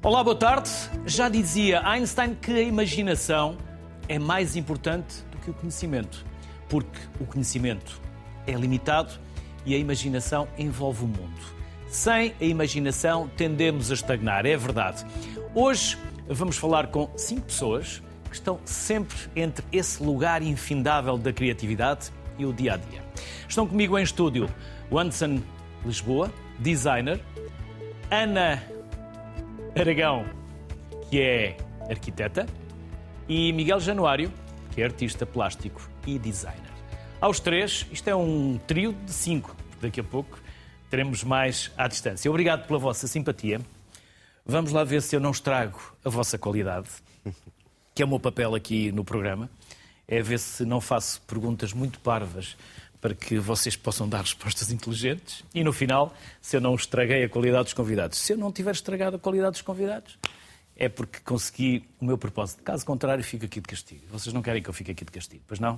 Olá, boa tarde. Já dizia Einstein que a imaginação é mais importante do que o conhecimento, porque o conhecimento é limitado e a imaginação envolve o mundo. Sem a imaginação tendemos a estagnar, é verdade. Hoje vamos falar com 5 pessoas que estão sempre entre esse lugar infindável da criatividade e o dia-a-dia. Estão comigo em estúdio o Anderson Lisboa, designer, Ana Aragão, que é arquiteta, e Miguel Januário, que é artista plástico e designer. Aos 3, isto é um trio de 5, daqui a pouco teremos mais à distância. Obrigado pela vossa simpatia. Vamos lá ver se eu não estrago a vossa qualidade, que é o meu papel aqui no programa, é ver se não faço perguntas muito parvas para que vocês possam dar respostas inteligentes e, no final, se eu não estraguei a qualidade dos convidados. Se eu não tiver estragado a qualidade dos convidados, é porque consegui o meu propósito. Caso contrário, fico aqui de castigo. Vocês não querem que eu fique aqui de castigo, pois não?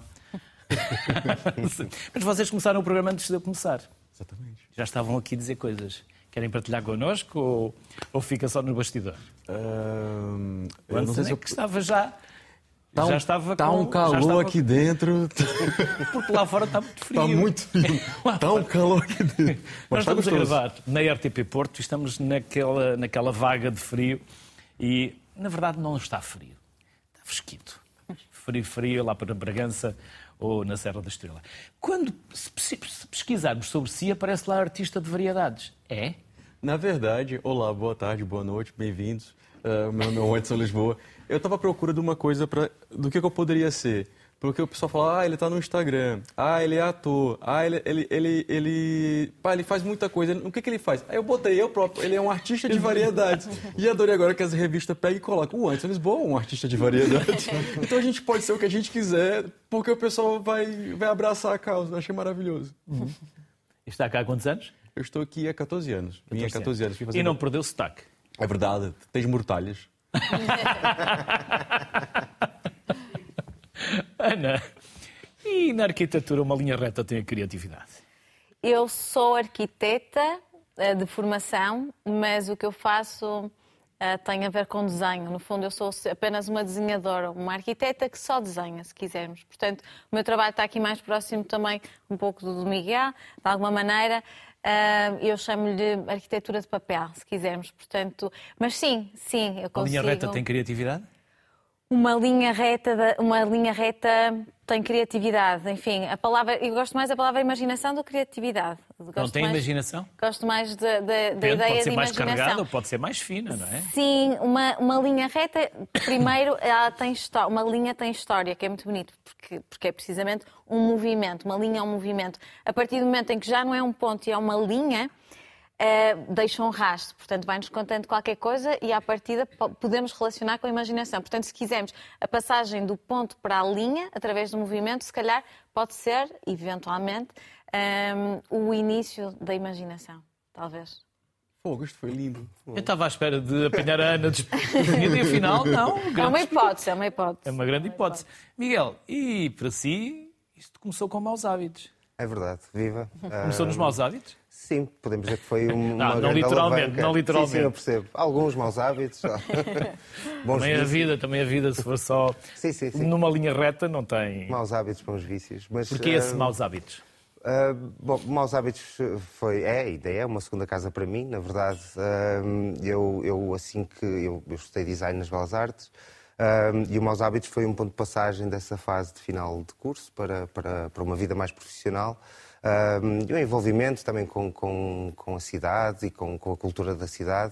Mas vocês começaram o programa antes de eu começar. Exatamente. Já estavam aqui a dizer coisas. Querem partilhar connosco ou fica só no bastidor? Eu não sei se eu... que estava já... Está um calor aqui dentro. Porque lá fora está muito frio. Está muito frio. Está um calor aqui dentro. Nós estamos a gravar na RTP Porto e estamos naquela vaga de frio e, na verdade, não está frio. Está fresquito. Frio lá para Bragança ou na Serra da Estrela. Quando se pesquisarmos sobre si, aparece lá artista de variedades. É? Na verdade, olá, boa tarde, boa noite, bem-vindos. Meu nome é Anderson Lisboa. Eu estava à procura de uma coisa do que eu poderia ser. Porque o pessoal fala, ele está no Instagram, ele é ator, ele faz muita coisa. O que ele faz? Aí eu botei eu próprio, ele é um artista de variedades. E adorei agora que as revistas pegam e colocam o Anderson Lisboa, um artista de variedades. Então a gente pode ser o que a gente quiser, porque o pessoal vai abraçar a causa. Eu achei maravilhoso. Uhum. Está cá há quantos anos? Eu estou aqui há 14 anos. Vim há 14 anos. E não perdeu o sotaque? É verdade, tens mortalhas. Ana, e na arquitetura uma linha reta tem a criatividade? Eu sou arquiteta de formação, mas o que eu faço tem a ver com desenho. No fundo, eu sou apenas uma desenhadora, uma arquiteta que só desenha, se quisermos. Portanto, o meu trabalho está aqui mais próximo também um pouco do Miguel, de alguma maneira. Eu chamo-lhe arquitetura de papel, se quisermos. Portanto, mas sim, eu consigo. A linha reta tem criatividade? Uma linha reta tem criatividade. Enfim, eu gosto mais da palavra imaginação do que criatividade. Não tem imaginação? Gosto mais da ideia de imaginação. Pode ser mais carregada ou pode ser mais fina, não é? Sim, uma linha reta, primeiro, uma linha tem história, que é muito bonito, porque é precisamente um movimento. Uma linha é um movimento. A partir do momento em que já não é um ponto e é uma linha, deixa um rastro. Portanto, vai-nos contando qualquer coisa e, à partida, podemos relacionar com a imaginação. Portanto, se quisermos, a passagem do ponto para a linha, através do movimento, se calhar pode ser, eventualmente, o início da imaginação. Talvez. Isto foi lindo. Eu estava à espera de apanhar a Ana desprevenida e, afinal, não. É uma hipótese. É uma grande hipótese. Miguel, e para si, isto começou com maus hábitos. É verdade, viva. Começou nos maus hábitos? Sim, podemos dizer que foi uma não grande literalmente, alavanca. não literalmente. Sim, eu percebo. Alguns maus hábitos. Bons também a vida, se for só sim. numa linha reta, não tem... Maus hábitos, bons vícios. Mas, porquê esses maus hábitos? Maus hábitos ainda é uma segunda casa para mim, na verdade. Eu estudei design nas Belas Artes e o Maus Hábitos foi um ponto de passagem dessa fase de final de curso para uma vida mais profissional. E o envolvimento também com a cidade e com a cultura da cidade.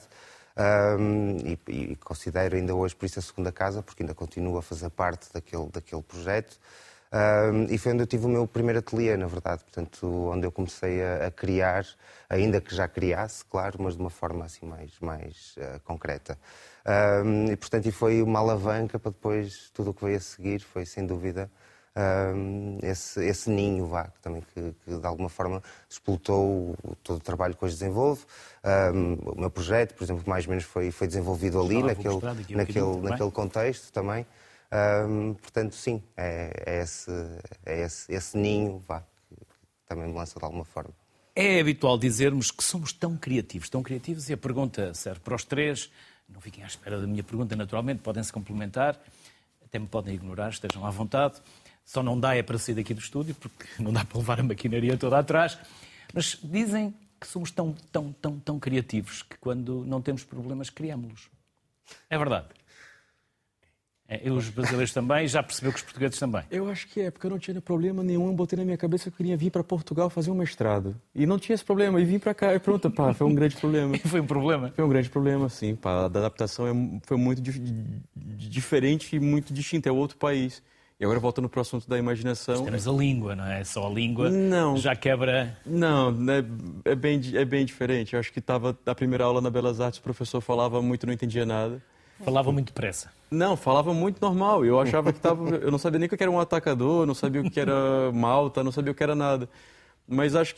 E considero ainda hoje por isso a segunda casa, porque ainda continuo a fazer parte daquele projeto. E foi onde eu tive o meu primeiro ateliê, na verdade, portanto, onde eu comecei a criar, ainda que já criasse, claro, mas de uma forma assim mais concreta. E, portanto, foi uma alavanca para depois tudo o que veio a seguir, foi sem dúvida esse ninho, que de alguma forma explotou todo o trabalho que hoje desenvolvo. O meu projeto, por exemplo, mais ou menos foi desenvolvido ali, naquele contexto também. Portanto, sim, é esse ninho que também me lança de alguma forma. É habitual dizermos que somos tão criativos, e a pergunta serve para os três. Não fiquem à espera da minha pergunta, naturalmente, podem-se complementar, até me podem ignorar, estejam à vontade. Só não dá é para sair daqui do estúdio, porque não dá para levar a maquinaria toda atrás. Mas dizem que somos tão criativos que quando não temos problemas, criamos-los. É verdade. Os brasileiros também, já percebeu que os portugueses também. Eu acho que porque eu não tinha problema nenhum, eu botei na minha cabeça que eu queria vir para Portugal fazer um mestrado. E não tinha esse problema, e vim para cá, e pronto, foi um grande problema. Foi um problema? Foi um grande problema, sim. A adaptação foi muito diferente e muito distinta, é outro país. E agora, voltando para o assunto da imaginação... Temos a língua, não é? Só a língua não, já quebra... Não, é bem diferente. Eu acho que na primeira aula na Belas Artes, o professor falava muito, não entendia nada. Falava muito depressa. Não, falava muito normal. Eu achava que eu não sabia nem o que era um atacador, não sabia o que era malta, não sabia o que era nada. Mas acho que,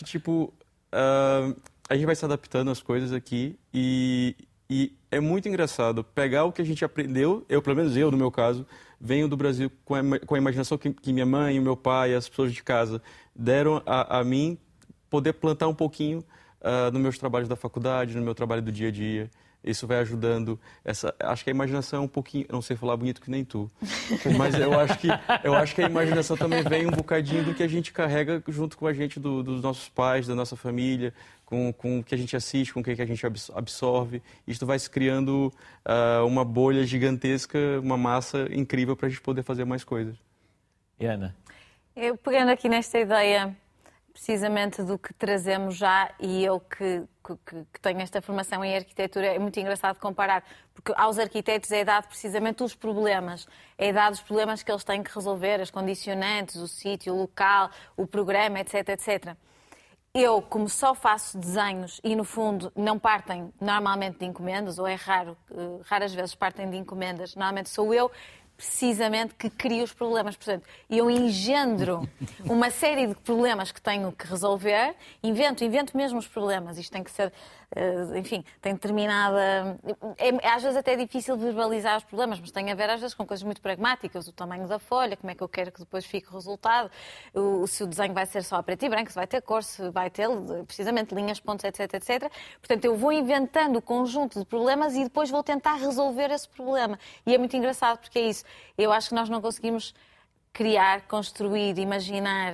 a gente vai se adaptando às coisas aqui e é muito engraçado pegar o que a gente aprendeu, pelo menos eu, no meu caso, venho do Brasil com a imaginação que minha mãe, o meu pai, as pessoas de casa deram a mim, poder plantar um pouquinho nos meus trabalhos da faculdade, no meu trabalho do dia a dia. Isso vai ajudando. Acho que a imaginação é um pouquinho... Eu não sei falar bonito que nem tu. Mas eu acho que a imaginação também vem um bocadinho do que a gente carrega junto com a gente, dos nossos pais, da nossa família, com o que a gente assiste, com o que a gente absorve. Isto vai se criando uma bolha gigantesca, uma massa incrível para a gente poder fazer mais coisas. E Ana? Eu, pegando aqui nesta ideia... precisamente do que trazemos já, e eu que tenho esta formação em arquitetura, é muito engraçado comparar, porque aos arquitetos é dado precisamente os problemas, é dado os problemas que eles têm que resolver, as condicionantes, o sítio, o local, o programa, etc, etc. Eu, como só faço desenhos e, no fundo, não partem normalmente de encomendas, ou é raro, raras vezes partem de encomendas, normalmente sou eu, precisamente que crio os problemas. Portanto, eu engendro uma série de problemas que tenho que resolver, invento mesmo os problemas. Isto tem que ser, enfim, tem determinada... às vezes até é difícil verbalizar os problemas, mas tem a ver às vezes com coisas muito pragmáticas, o tamanho da folha, como é que eu quero que depois fique o resultado, se o desenho vai ser só preto e branco, se vai ter cor, se vai ter precisamente linhas, pontos, etc, etc. Portanto, eu vou inventando o conjunto de problemas e depois vou tentar resolver esse problema. E é muito engraçado porque é isso. Eu acho que nós não conseguimos criar, construir, imaginar,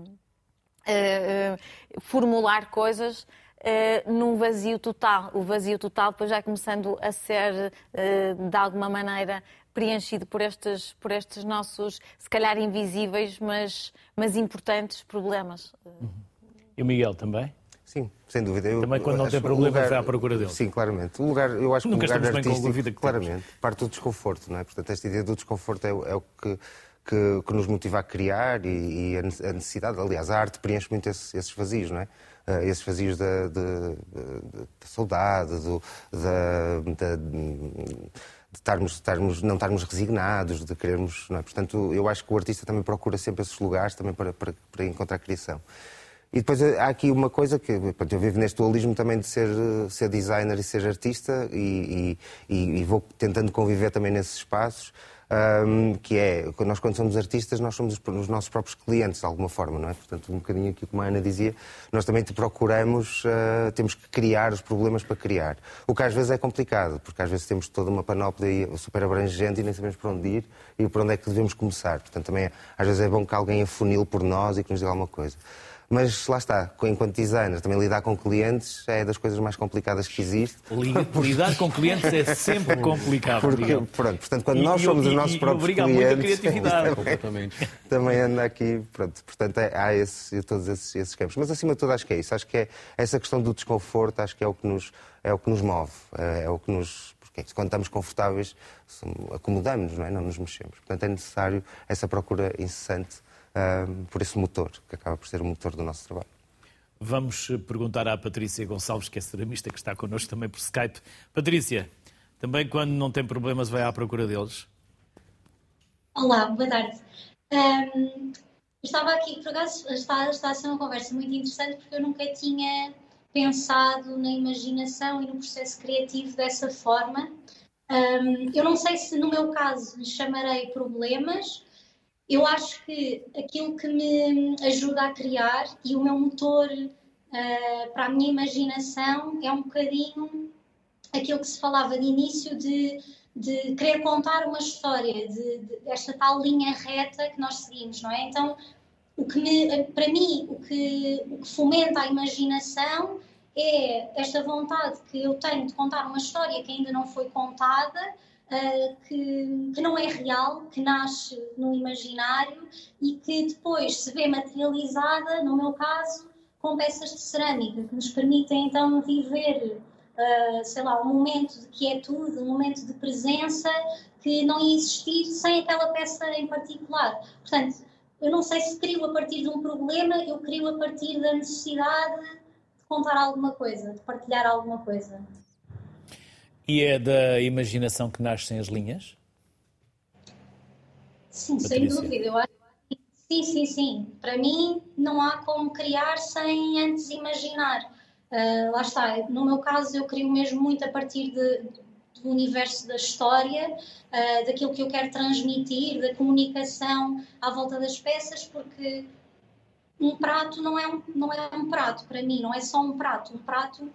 formular coisas num vazio total. O vazio total depois já começando a ser, de alguma maneira, preenchido por estes nossos, se calhar invisíveis, mas importantes problemas. E o Miguel também? Sim, sem dúvida. Também quando não tem problema vai à procura dele. Sim, claramente. Eu acho que nunca o lugar estamos bem artístico, com a vida que claramente, parte do desconforto, não é? Portanto, esta ideia do desconforto é o que nos motiva a criar e a necessidade. Aliás, a arte preenche muito esses vazios, não é? Esses vazios da saudade, de não estarmos resignados, de querermos... Não é? Portanto, eu acho que o artista também procura sempre esses lugares também para encontrar a criação. E depois há aqui uma coisa que eu vivo neste dualismo também de ser designer e ser artista e vou tentando conviver também nesses espaços, que é, nós quando somos artistas, nós somos os nossos próprios clientes, de alguma forma, não é? Portanto, um bocadinho aqui como a Ana dizia, nós também procuramos, temos que criar os problemas para criar. O que às vezes é complicado, porque às vezes temos toda uma panóplia super abrangente e nem sabemos para onde ir e por onde é que devemos começar. Portanto, também às vezes é bom que alguém afunile por nós e que nos diga alguma coisa. Mas lá está, enquanto designer, também lidar com clientes é das coisas mais complicadas que existe. Lidar com clientes é sempre complicado. Portanto, quando nós somos os nossos próprios clientes... Obriga muita criatividade. Também anda aqui, pronto. Portanto, há todos esses campos. Mas, acima de tudo, acho que é isso. Acho que é essa questão do desconforto, acho que é o que nos move. É o que nos... Porque quando estamos confortáveis, acomodamos, não é? Não nos mexemos. Portanto, é necessário essa procura incessante por esse motor, que acaba por ser o motor do nosso trabalho. Vamos perguntar à Patrícia Gonçalves, que é ceramista, que está connosco também por Skype. Patrícia, também quando não tem problemas vai à procura deles? Olá, boa tarde. Estava aqui, por acaso, está a ser uma conversa muito interessante porque eu nunca tinha pensado na imaginação e no processo criativo dessa forma. Eu não sei se no meu caso lhe chamarei problemas. Eu acho que aquilo que me ajuda a criar e o meu motor para a minha imaginação é um bocadinho aquilo que se falava de início de querer contar uma história, desta tal linha reta que nós seguimos, não é? Então, para mim, o que fomenta a imaginação é esta vontade que eu tenho de contar uma história que ainda não foi contada, que não é real, que nasce no imaginário e que depois se vê materializada, no meu caso, com peças de cerâmica, que nos permitem então viver, sei lá, um momento de quietude, um momento de presença que não ia existir sem aquela peça em particular. Portanto, eu não sei se crio a partir de um problema, eu crio a partir da necessidade de contar alguma coisa, de partilhar alguma coisa. E é da imaginação que nascem as linhas? Sim, Patrícia? sem dúvida. Eu acho que sim. Para mim, não há como criar sem antes imaginar. Lá está. No meu caso, eu crio mesmo muito a partir do universo da história, daquilo que eu quero transmitir, da comunicação à volta das peças, porque um prato não é um prato para mim, não é só um prato. Um prato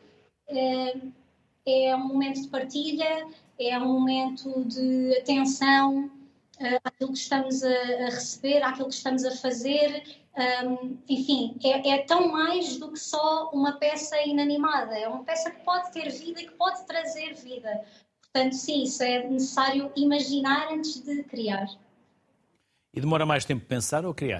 é um momento de partilha, é um momento de atenção àquilo que estamos a receber, àquilo que estamos a fazer. Enfim, é tão mais do que só uma peça inanimada. É uma peça que pode ter vida e que pode trazer vida. Portanto, sim, isso é necessário imaginar antes de criar. E demora mais tempo pensar ou criar?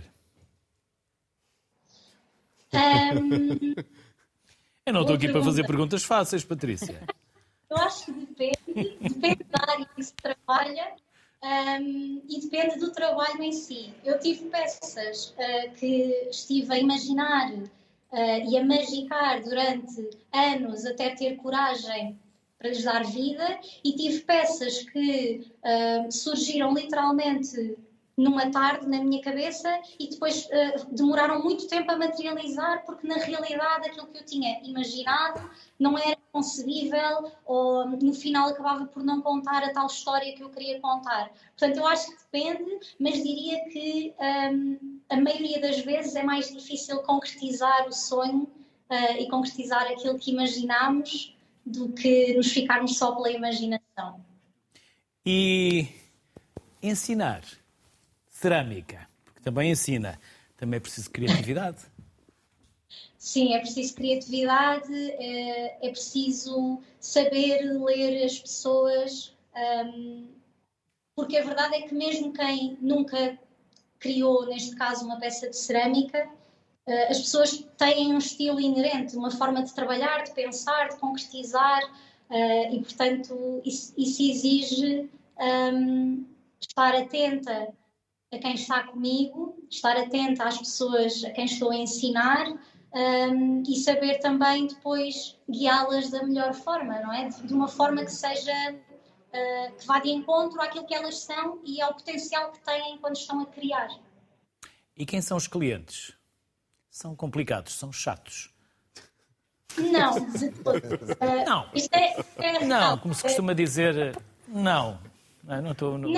Eu não estou aqui para fazer perguntas fáceis, Patrícia. Eu acho que depende da área que se trabalha e depende do trabalho em si. Eu tive peças que estive a imaginar e a magicar durante anos até ter coragem para lhes dar vida, e tive peças que surgiram literalmente numa tarde na minha cabeça e depois demoraram muito tempo a materializar, porque na realidade aquilo que eu tinha imaginado não era concebível, ou no final acabava por não contar a tal história que eu queria contar. Portanto, eu acho que depende, mas diria que a maioria das vezes é mais difícil concretizar o sonho e concretizar aquilo que imaginámos do que nos ficarmos só pela imaginação. E ensinar cerâmica, porque também ensina, também é preciso criatividade. Sim, é preciso criatividade, é preciso saber ler as pessoas, porque a verdade é que mesmo quem nunca criou, neste caso, uma peça de cerâmica, as pessoas têm um estilo inerente, uma forma de trabalhar, de pensar, de concretizar, e, portanto, isso exige estar atenta a quem está comigo, estar atenta às pessoas a quem estou a ensinar, e saber também depois guiá-las da melhor forma, não é? De uma forma que seja, que vá de encontro àquilo que elas são e ao potencial que têm quando estão a criar. E quem são os clientes? São complicados, são chatos. Não, de todo. Não. Isto é Não, como se costuma dizer, não. Não estou... Não.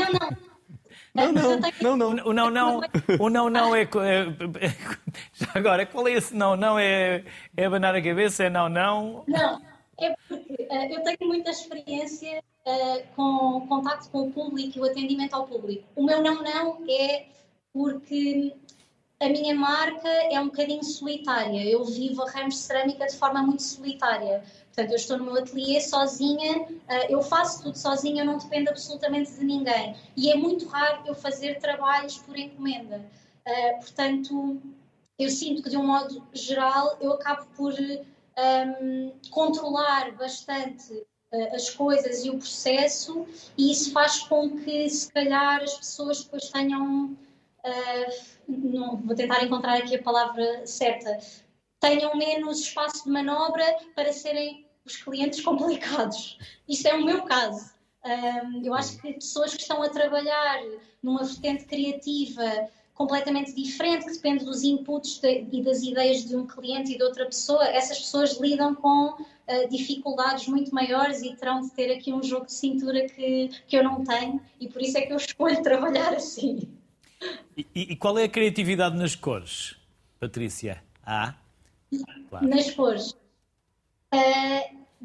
O não é... Já agora, qual é esse não? Não é abanar a cabeça, é não? Não, é porque eu tenho muita experiência com o contacto com o público e o atendimento ao público. O meu não é porque a minha marca é um bocadinho solitária. Eu vivo a ramos de cerâmica de forma muito solitária. Portanto, eu estou no meu ateliê sozinha, eu faço tudo sozinha, eu não dependo absolutamente de ninguém. E é muito raro eu fazer trabalhos por encomenda. Portanto, eu sinto que, de um modo geral, eu acabo por controlar bastante as coisas e o processo, e isso faz com que, se calhar, as pessoas depois tenham... não, vou tentar encontrar aqui a palavra certa, tenham menos espaço de manobra para serem os clientes complicados. Isto é o meu caso. Eu acho que pessoas que estão a trabalhar numa vertente criativa completamente diferente, que depende dos inputs e das ideias de um cliente e de outra pessoa, essas pessoas lidam com dificuldades muito maiores e terão de ter aqui um jogo de cintura que eu não tenho, e por isso é que eu escolho trabalhar assim. E qual é a criatividade nas cores, Patrícia? Claro. Nas cores.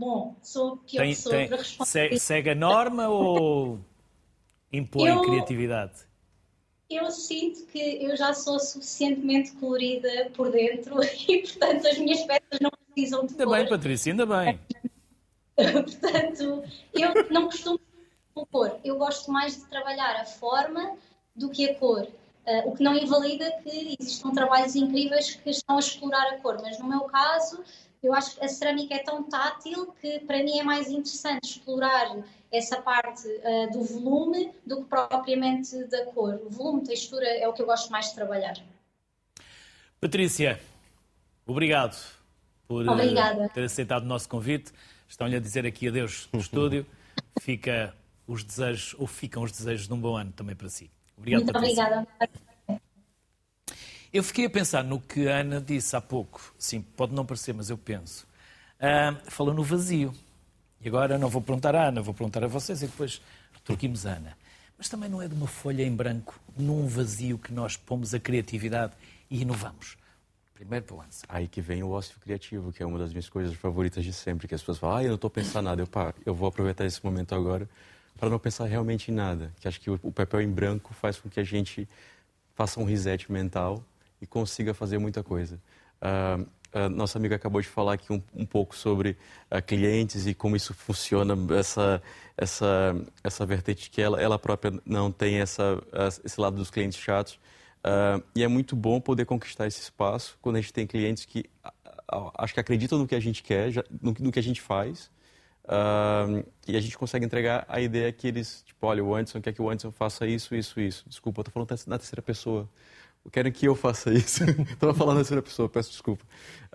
bom, sou a pior pessoa para responder. Segue a norma ou impõe criatividade? Eu sinto que eu já sou suficientemente colorida por dentro e, portanto, as minhas peças não precisam de cor. Ainda bem, Patrícia, ainda bem. Portanto, eu não costumo com cor. Eu gosto mais de trabalhar a forma do que a cor. O que não invalida que existam trabalhos incríveis que estão a explorar a cor. Mas no meu caso, eu acho que a cerâmica é tão tátil que para mim é mais interessante explorar essa parte do volume do que propriamente da cor. O volume, textura é o que eu gosto mais de trabalhar. Patrícia, obrigado por ter aceitado o nosso convite. Estão-lhe a dizer aqui adeus no estúdio. Ficam os desejos de um bom ano também para si. Obrigado, muito Patrícia. Obrigada. Eu fiquei a pensar no que a Ana disse há pouco. Sim, pode não parecer, mas eu penso. Falou no vazio. E agora não vou perguntar à Ana, vou perguntar a vocês e depois retorquimos a Ana. Mas também não é de uma folha em branco, num vazio, que nós pomos a criatividade e inovamos. Primeiro para o Anselmo. Aí que vem o ócio criativo, que é uma das minhas coisas favoritas de sempre, que as pessoas falam, eu não estou pensando nada. Eu vou aproveitar esse momento agora para não pensar realmente em nada. Que acho que o papel em branco faz com que a gente faça um reset mental e consiga fazer muita coisa. A nossa amiga acabou de falar aqui um pouco sobre clientes e como isso funciona, essa vertente que ela própria não tem esse lado dos clientes chatos. E é muito bom poder conquistar esse espaço quando a gente tem clientes que acho que acreditam no que a gente quer, no que a gente faz, e a gente consegue entregar a ideia que eles, tipo, olha, o Anderson quer que o Anderson faça isso, isso, isso. Desculpa, eu estou falando na terceira pessoa. Querem que eu faça isso. Estava falando na terceira pessoa, peço desculpa.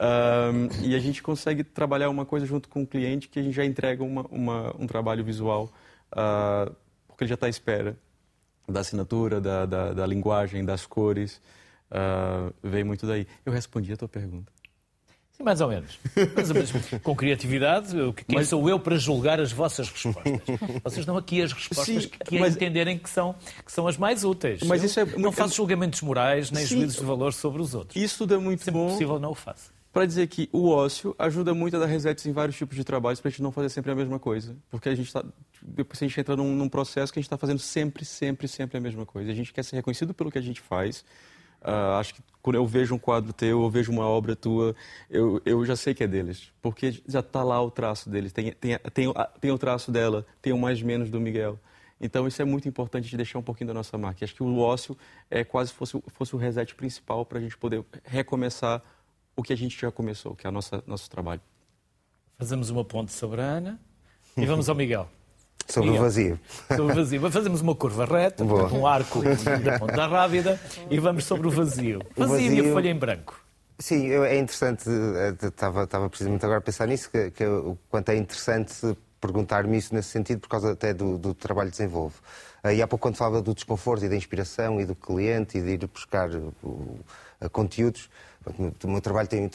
E a gente consegue trabalhar uma coisa junto com o cliente que a gente já entrega um trabalho visual, porque ele já está à espera da assinatura, da linguagem, das cores. Vem muito daí. Eu respondi a tua pergunta. Sim, mais ou menos. Mas com criatividade, quem sou eu para julgar as vossas respostas? Vocês dão aqui as respostas que entenderem que são as mais úteis. Mas isso não faço julgamentos morais, nem juízos de valor sobre os outros. Isso tudo é muito Sempre bom. possível, não o faço. Para dizer que o ócio ajuda muito a dar resets em vários tipos de trabalhos para a gente não fazer sempre a mesma coisa. Porque depois a gente entra num processo que a gente está fazendo sempre a mesma coisa. A gente quer ser reconhecido pelo que a gente faz. Acho que quando eu vejo um quadro teu, eu vejo uma obra tua, eu já sei que é deles. Porque já está lá o traço deles. Tem o traço dela, tem o mais menos do Miguel. Então isso é muito importante de deixar um pouquinho da nossa marca. Acho que o ócio é quase fosse o reset principal para a gente poder recomeçar o que a gente já começou, que é nosso trabalho. Fazemos uma ponte sobre a Ana e vamos ao Miguel. Sobre o vazio. Sobre o vazio. Fazemos uma curva reta, um arco da ponte da Rávida e vamos sobre o vazio. Vazio e a folha em branco. Sim, é interessante, estava precisamente agora a pensar nisso, que o quanto é interessante perguntar-me isso nesse sentido, por causa até do trabalho que desenvolvo. E há pouco, quando falava do desconforto e da inspiração e do cliente e de ir buscar conteúdos, o meu trabalho tem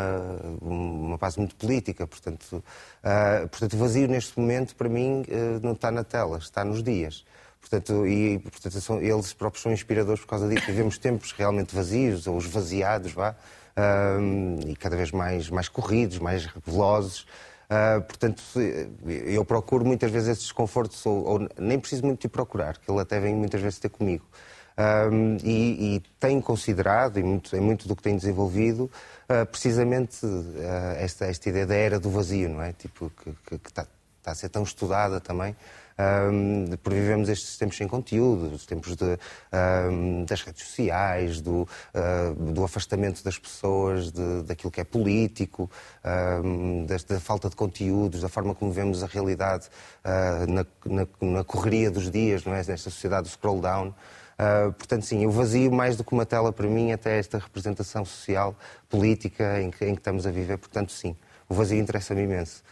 uma base muito política, portanto o vazio neste momento, para mim, não está na tela, está nos dias. Portanto, eles próprios são inspiradores por causa disso. Vivemos tempos realmente vazios, ou esvaziados, e cada vez mais corridos, mais velozes. Portanto, eu procuro muitas vezes esses desconfortos, ou nem preciso muito de procurar, que ele até vem muitas vezes ter comigo. E tenho considerado, em muito do que tenho desenvolvido, precisamente esta ideia da era do vazio, não é? Tipo, que está a ser tão estudada também. Por vivemos estes tempos sem conteúdo, os tempos das redes sociais, do afastamento das pessoas, daquilo que é político, da falta de conteúdos, da forma como vemos a realidade na correria dos dias, não é? Nesta sociedade do scroll down. Portanto, sim, o vazio, mais do que uma tela para mim, até esta representação social, política em que estamos a viver. Portanto, sim, o vazio interessa-me imenso.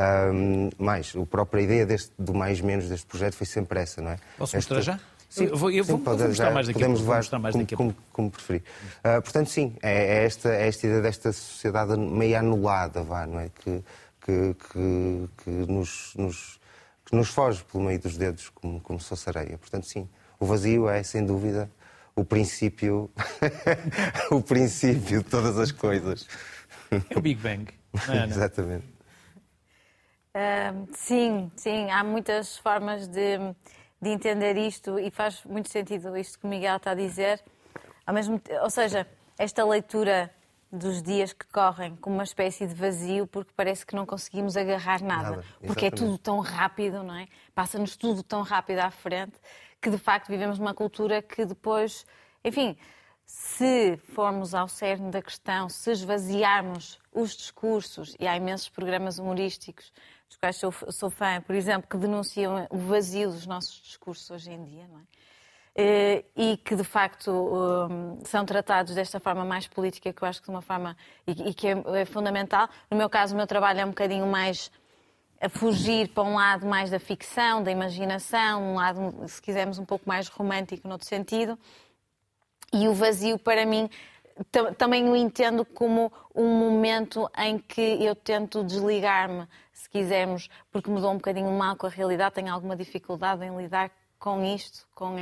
Mas a própria ideia do mais-menos deste projeto foi sempre essa, não é? Posso mostrar já? Sim, vou mostrar mais daqui a pouco. Podemos levar como preferir. Portanto, sim, é esta ideia desta sociedade meio anulada, não é? Que nos foge pelo meio dos dedos, como se fosse areia. Portanto, sim, o vazio é, sem dúvida, o princípio de todas as coisas. É o Big Bang, não é, Ana? Exatamente. Sim, há muitas formas de entender isto e faz muito sentido isto que o Miguel está a dizer. Ou seja, esta leitura dos dias que correm como uma espécie de vazio, porque parece que não conseguimos agarrar nada. Porque é tudo tão rápido, não é? Passa-nos tudo tão rápido à frente, que de facto vivemos numa cultura que depois, enfim, se formos ao cerne da questão, se esvaziarmos os discursos, e há imensos programas humorísticos, dos quais sou fã, por exemplo, que denunciam o vazio dos nossos discursos hoje em dia, não é? E que, de facto, são tratados desta forma mais política, que eu acho que de uma forma... e que é fundamental. No meu caso, o meu trabalho é um bocadinho mais a fugir para um lado mais da ficção, da imaginação, um lado, se quisermos, um pouco mais romântico, noutro sentido. E o vazio, para mim, também o entendo como um momento em que eu tento desligar-me, se quisermos, porque me dou um bocadinho mal com a realidade, tenho alguma dificuldade em lidar com isto, com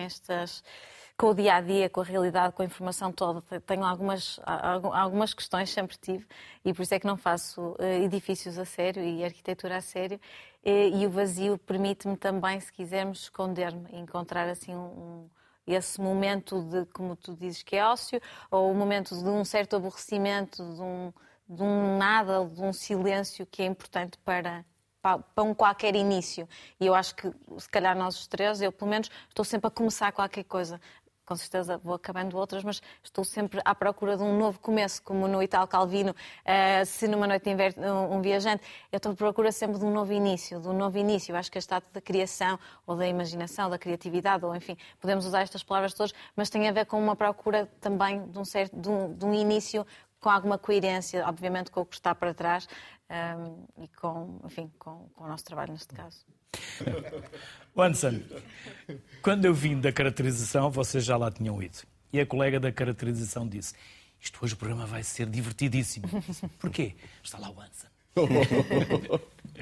o dia-a-dia, com a realidade, com a informação toda. Tenho algumas questões, sempre tive, e por isso é que não faço edifícios a sério e arquitetura a sério. E o vazio permite-me também, se quisermos, esconder-me e encontrar assim esse momento de, como tu dizes, que é ócio, ou o momento de um certo aborrecimento, de um nada, de um silêncio que é importante para um qualquer início. E eu acho que, se calhar nós os três, eu pelo menos, estou sempre a começar qualquer coisa. Com certeza vou acabando outras, mas estou sempre à procura de um novo começo, como no Italo Calvino, se numa noite de inverno um viajante, eu estou à procura sempre de um novo início, Eu acho que este ato da criação, ou da imaginação, da criatividade, ou enfim, podemos usar estas palavras todas, mas tem a ver com uma procura também de um início com alguma coerência, obviamente com o que está para trás, e com o nosso trabalho neste caso. Anderson, quando eu vim da caracterização, vocês já lá tinham ido. E a colega da caracterização disse: isto hoje o programa vai ser divertidíssimo. Porquê? Está lá o Anderson.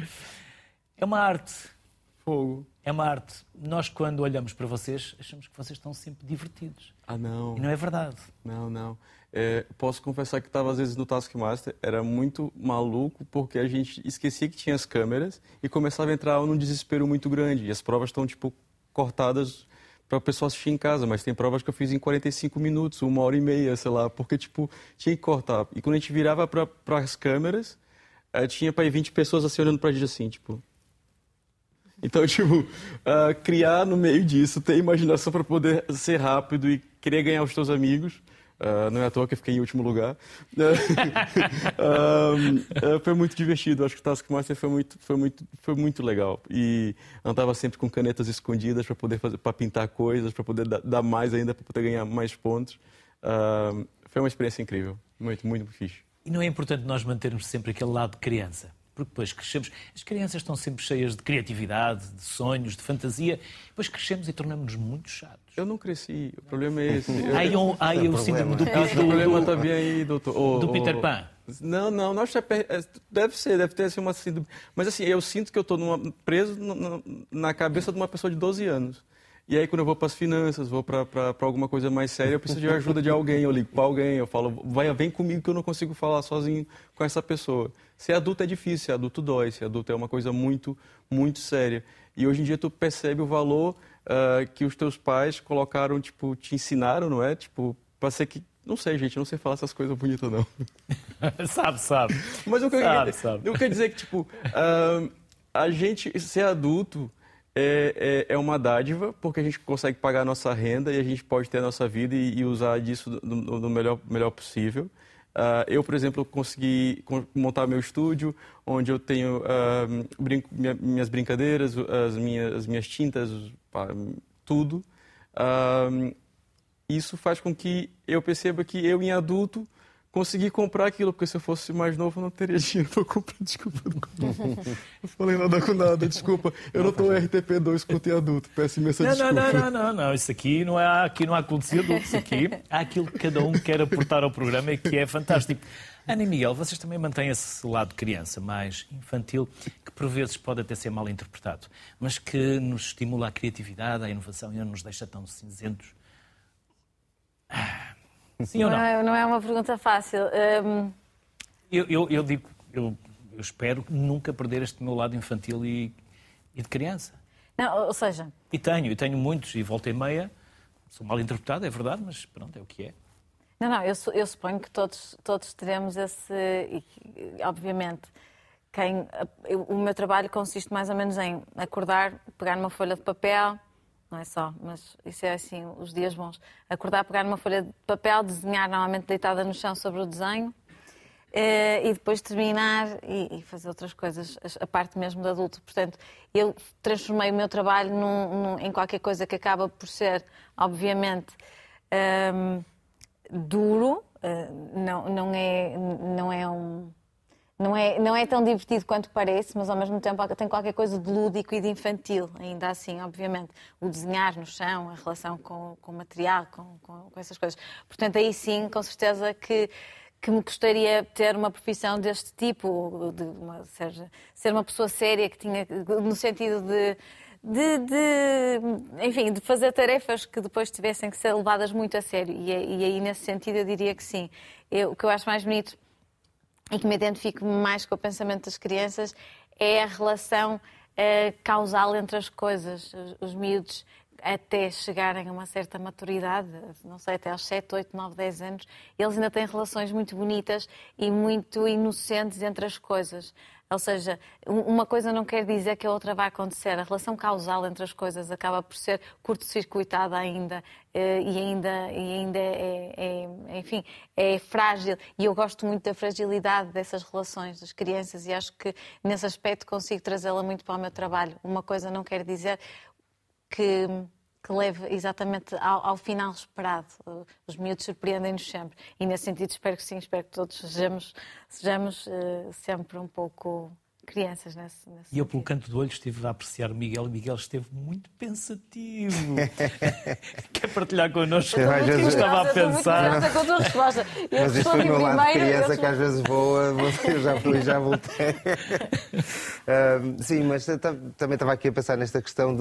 É uma arte. Fogo. É uma arte. Nós, quando olhamos para vocês, achamos que vocês estão sempre divertidos. Não. E não é verdade. Não. Posso confessar que estava às vezes no Taskmaster, era muito maluco, porque a gente esquecia que tinha as câmeras e começava a entrar num desespero muito grande. E as provas estão, cortadas para o pessoal assistir em casa, mas tem provas que eu fiz em 45 minutos, 1h30, sei lá, porque, tinha que cortar. E quando a gente virava para as câmeras, tinha para ir 20 pessoas assim, olhando para a gente assim, Então, criar no meio disso, ter imaginação para poder ser rápido e querer ganhar os teus amigos. Não é à toa que eu fiquei em último lugar. Foi muito divertido. Acho que o Taskmaster foi muito legal. E andava sempre com canetas escondidas para poder para pintar coisas, para poder dar mais ainda, para poder ganhar mais pontos. Foi uma experiência incrível. Muito, muito fixe. E não é importante nós mantermos sempre aquele lado de criança? Porque depois crescemos, as crianças estão sempre cheias de criatividade, de sonhos, de fantasia, depois crescemos e tornamos-nos muito chatos. Eu não cresci, o problema é esse. Aí o síndrome do problema também aí, doutor. Do Peter Pan. Não, acho que deve ter assim, uma síndrome. Mas assim, eu sinto que eu estou preso na cabeça de uma pessoa de 12 anos. E aí, quando eu vou para as finanças, vou para alguma coisa mais séria, eu preciso de ajuda de alguém. Eu ligo para alguém, eu falo, vem comigo que eu não consigo falar sozinho com essa pessoa. Ser adulto é difícil, ser adulto dói, ser adulto é uma coisa muito, muito séria. E hoje em dia tu percebe o valor que os teus pais colocaram, te ensinaram, não é? Para ser que... Não sei, gente, eu não sei falar essas coisas bonitas, não. Sabe. Mas eu quero dizer que, a gente ser adulto... É uma dádiva, porque a gente consegue pagar a nossa renda e a gente pode ter a nossa vida e usar disso do melhor possível. Eu, por exemplo, consegui montar meu estúdio, onde eu tenho minhas brincadeiras, as minhas tintas, tudo. Isso faz com que eu perceba que eu, em adulto, consegui comprar aquilo, porque se eu fosse mais novo, eu não teria dinheiro para comprar. Desculpa, não falei nada com nada, desculpa. Eu não estou RTP2 quanto em adulto, peço imensa desculpa. Não, isso aqui não há culto de adultos, aqui há aquilo que cada um quer aportar ao programa e que é fantástico. Ana e Miguel, vocês também mantêm esse lado de criança, mais infantil, que por vezes pode até ser mal interpretado, mas que nos estimula a criatividade, a inovação e não nos deixa tão cinzentos. Sim ou não? Não é uma pergunta fácil. Eu digo, eu espero nunca perder este meu lado infantil e de criança. Não, ou seja... E tenho muitos, e volta e meia, sou mal interpretado, é verdade, mas pronto, é o que é. Não, eu suponho que todos teremos esse... Obviamente, o meu trabalho consiste mais ou menos em acordar, pegar numa folha de papel, não é só, mas isso é assim, os dias bons. Acordar, pegar numa folha de papel, desenhar normalmente deitada no chão sobre o desenho, e depois terminar e fazer outras coisas, a parte mesmo de adulto. Portanto, eu transformei o meu trabalho em qualquer coisa que acaba por ser, obviamente, duro, não é tão divertido quanto parece, mas ao mesmo tempo tem qualquer coisa de lúdico e de infantil, ainda assim, obviamente. O desenhar no chão, a relação com o material, com essas coisas. Portanto, aí sim, com certeza que me gostaria de ter uma profissão deste tipo, ser uma pessoa séria, que tinha, no sentido enfim, de fazer tarefas que depois tivessem que ser levadas muito a sério. E aí, nesse sentido, eu diria que sim. O que eu acho mais bonito e que me identifico mais com o pensamento das crianças é a relação causal entre as coisas. Os miúdos, até chegarem a uma certa maturidade, não sei, até aos 7, 8, 9, 10 anos, eles ainda têm relações muito bonitas e muito inocentes entre as coisas. Ou seja, uma coisa não quer dizer que a outra vai acontecer. A relação causal entre as coisas acaba por ser curto-circuitada ainda e ainda enfim, é frágil. E eu gosto muito da fragilidade dessas relações das crianças e acho que nesse aspecto consigo trazê-la muito para o meu trabalho. Uma coisa não quer dizer que leve exatamente ao final esperado. Os miúdos surpreendem-nos sempre. E nesse sentido espero que sim, espero que todos sejamos sempre um pouco crianças nesse E eu, pelo canto do olho, estive a apreciar o Miguel. O Miguel esteve muito pensativo. Quer partilhar connosco o que eu estava a pensar? Com a tua resposta. Mas isto foi o meu lado de criança que às vezes voa, eu já fui e já voltei. Sim, mas também estava aqui a pensar nesta questão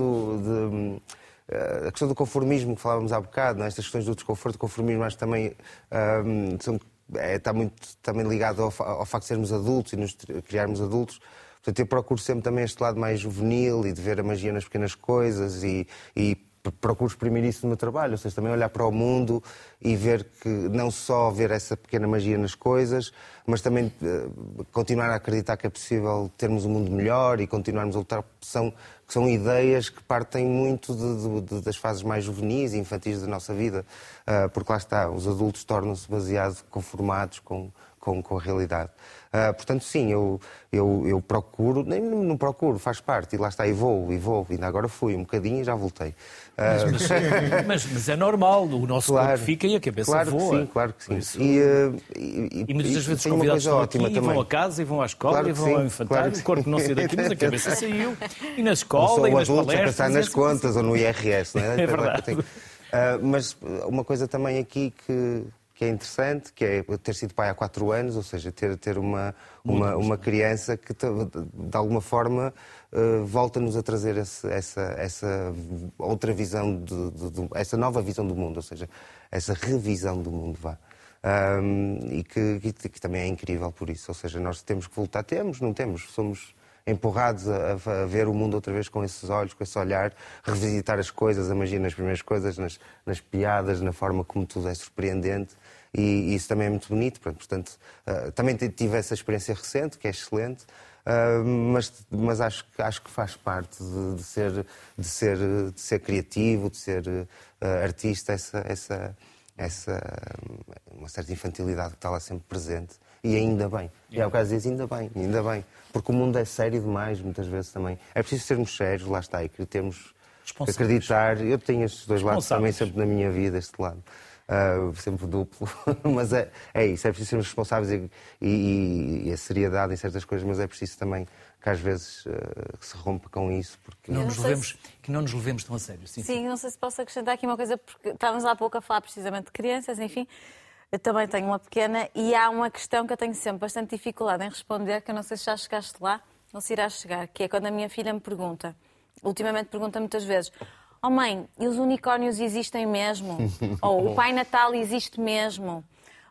a questão do conformismo que falávamos há bocado, não é? Estas questões do desconforto, do conformismo, acho que também está muito também ligado ao facto de sermos adultos e nos criarmos adultos. Portanto, eu procuro sempre também este lado mais juvenil e de ver a magia nas pequenas coisas e procuro exprimir isso no meu trabalho, ou seja, também olhar para o mundo e ver que não só ver essa pequena magia nas coisas, mas também continuar a acreditar que é possível termos um mundo melhor e continuarmos a lutar, que são ideias que partem muito das fases mais juvenis e infantis da nossa vida, porque lá está, os adultos tornam-se baseados, conformados com a realidade. Portanto, sim, eu procuro, nem não procuro, faz parte, e lá está, e vou, ainda agora fui um bocadinho e já voltei. Mas é normal, o nosso corpo fica e a cabeça voa. Claro que sim. Isso... E muitas das vezes os convidados estão aqui e vão a casa, e vão à escola, e vão ao infantário, o corpo não saiu daqui, mas a cabeça saiu. E na escola, e nas palestras... a pensar nas contas ou no IRS, não é? É verdade. Mas uma coisa também aqui que é interessante, que é ter sido pai há 4 anos, ou seja, ter uma criança que, de alguma forma, volta-nos a trazer essa outra visão, essa nova visão do mundo, ou seja, essa revisão do mundo, vá. E que também é incrível por isso, ou seja, nós temos que voltar, não temos, somos empurrados a ver o mundo outra vez com esses olhos, com esse olhar, revisitar as coisas, a magia nas primeiras coisas, nas piadas, na forma como tudo é surpreendente, e isso também é muito bonito. Portanto, também tive essa experiência recente, que é excelente, mas acho que faz parte de ser criativo, de ser artista, uma certa infantilidade que está lá sempre presente. E ainda bem. E há bocado dizes, ainda bem. Porque o mundo é sério demais, muitas vezes também. É preciso sermos sérios, lá está, e que temos que acreditar. Eu tenho estes dois lados também sempre na minha vida, este lado. Sempre duplo. Mas é isso, é preciso sermos responsáveis e a seriedade em certas coisas, mas é preciso também que às vezes que se rompa com isso. Porque que não nos levemos tão a sério. Sim, não sei se posso acrescentar aqui uma coisa, porque estávamos há pouco a falar precisamente de crianças, enfim. Eu também tenho uma pequena e há uma questão que eu tenho sempre bastante dificuldade em responder, que eu não sei se já chegaste lá ou se irás chegar, que é quando a minha filha me pergunta, ultimamente pergunta muitas vezes: oh mãe, e os unicórnios existem mesmo? Ou o Pai Natal existe mesmo?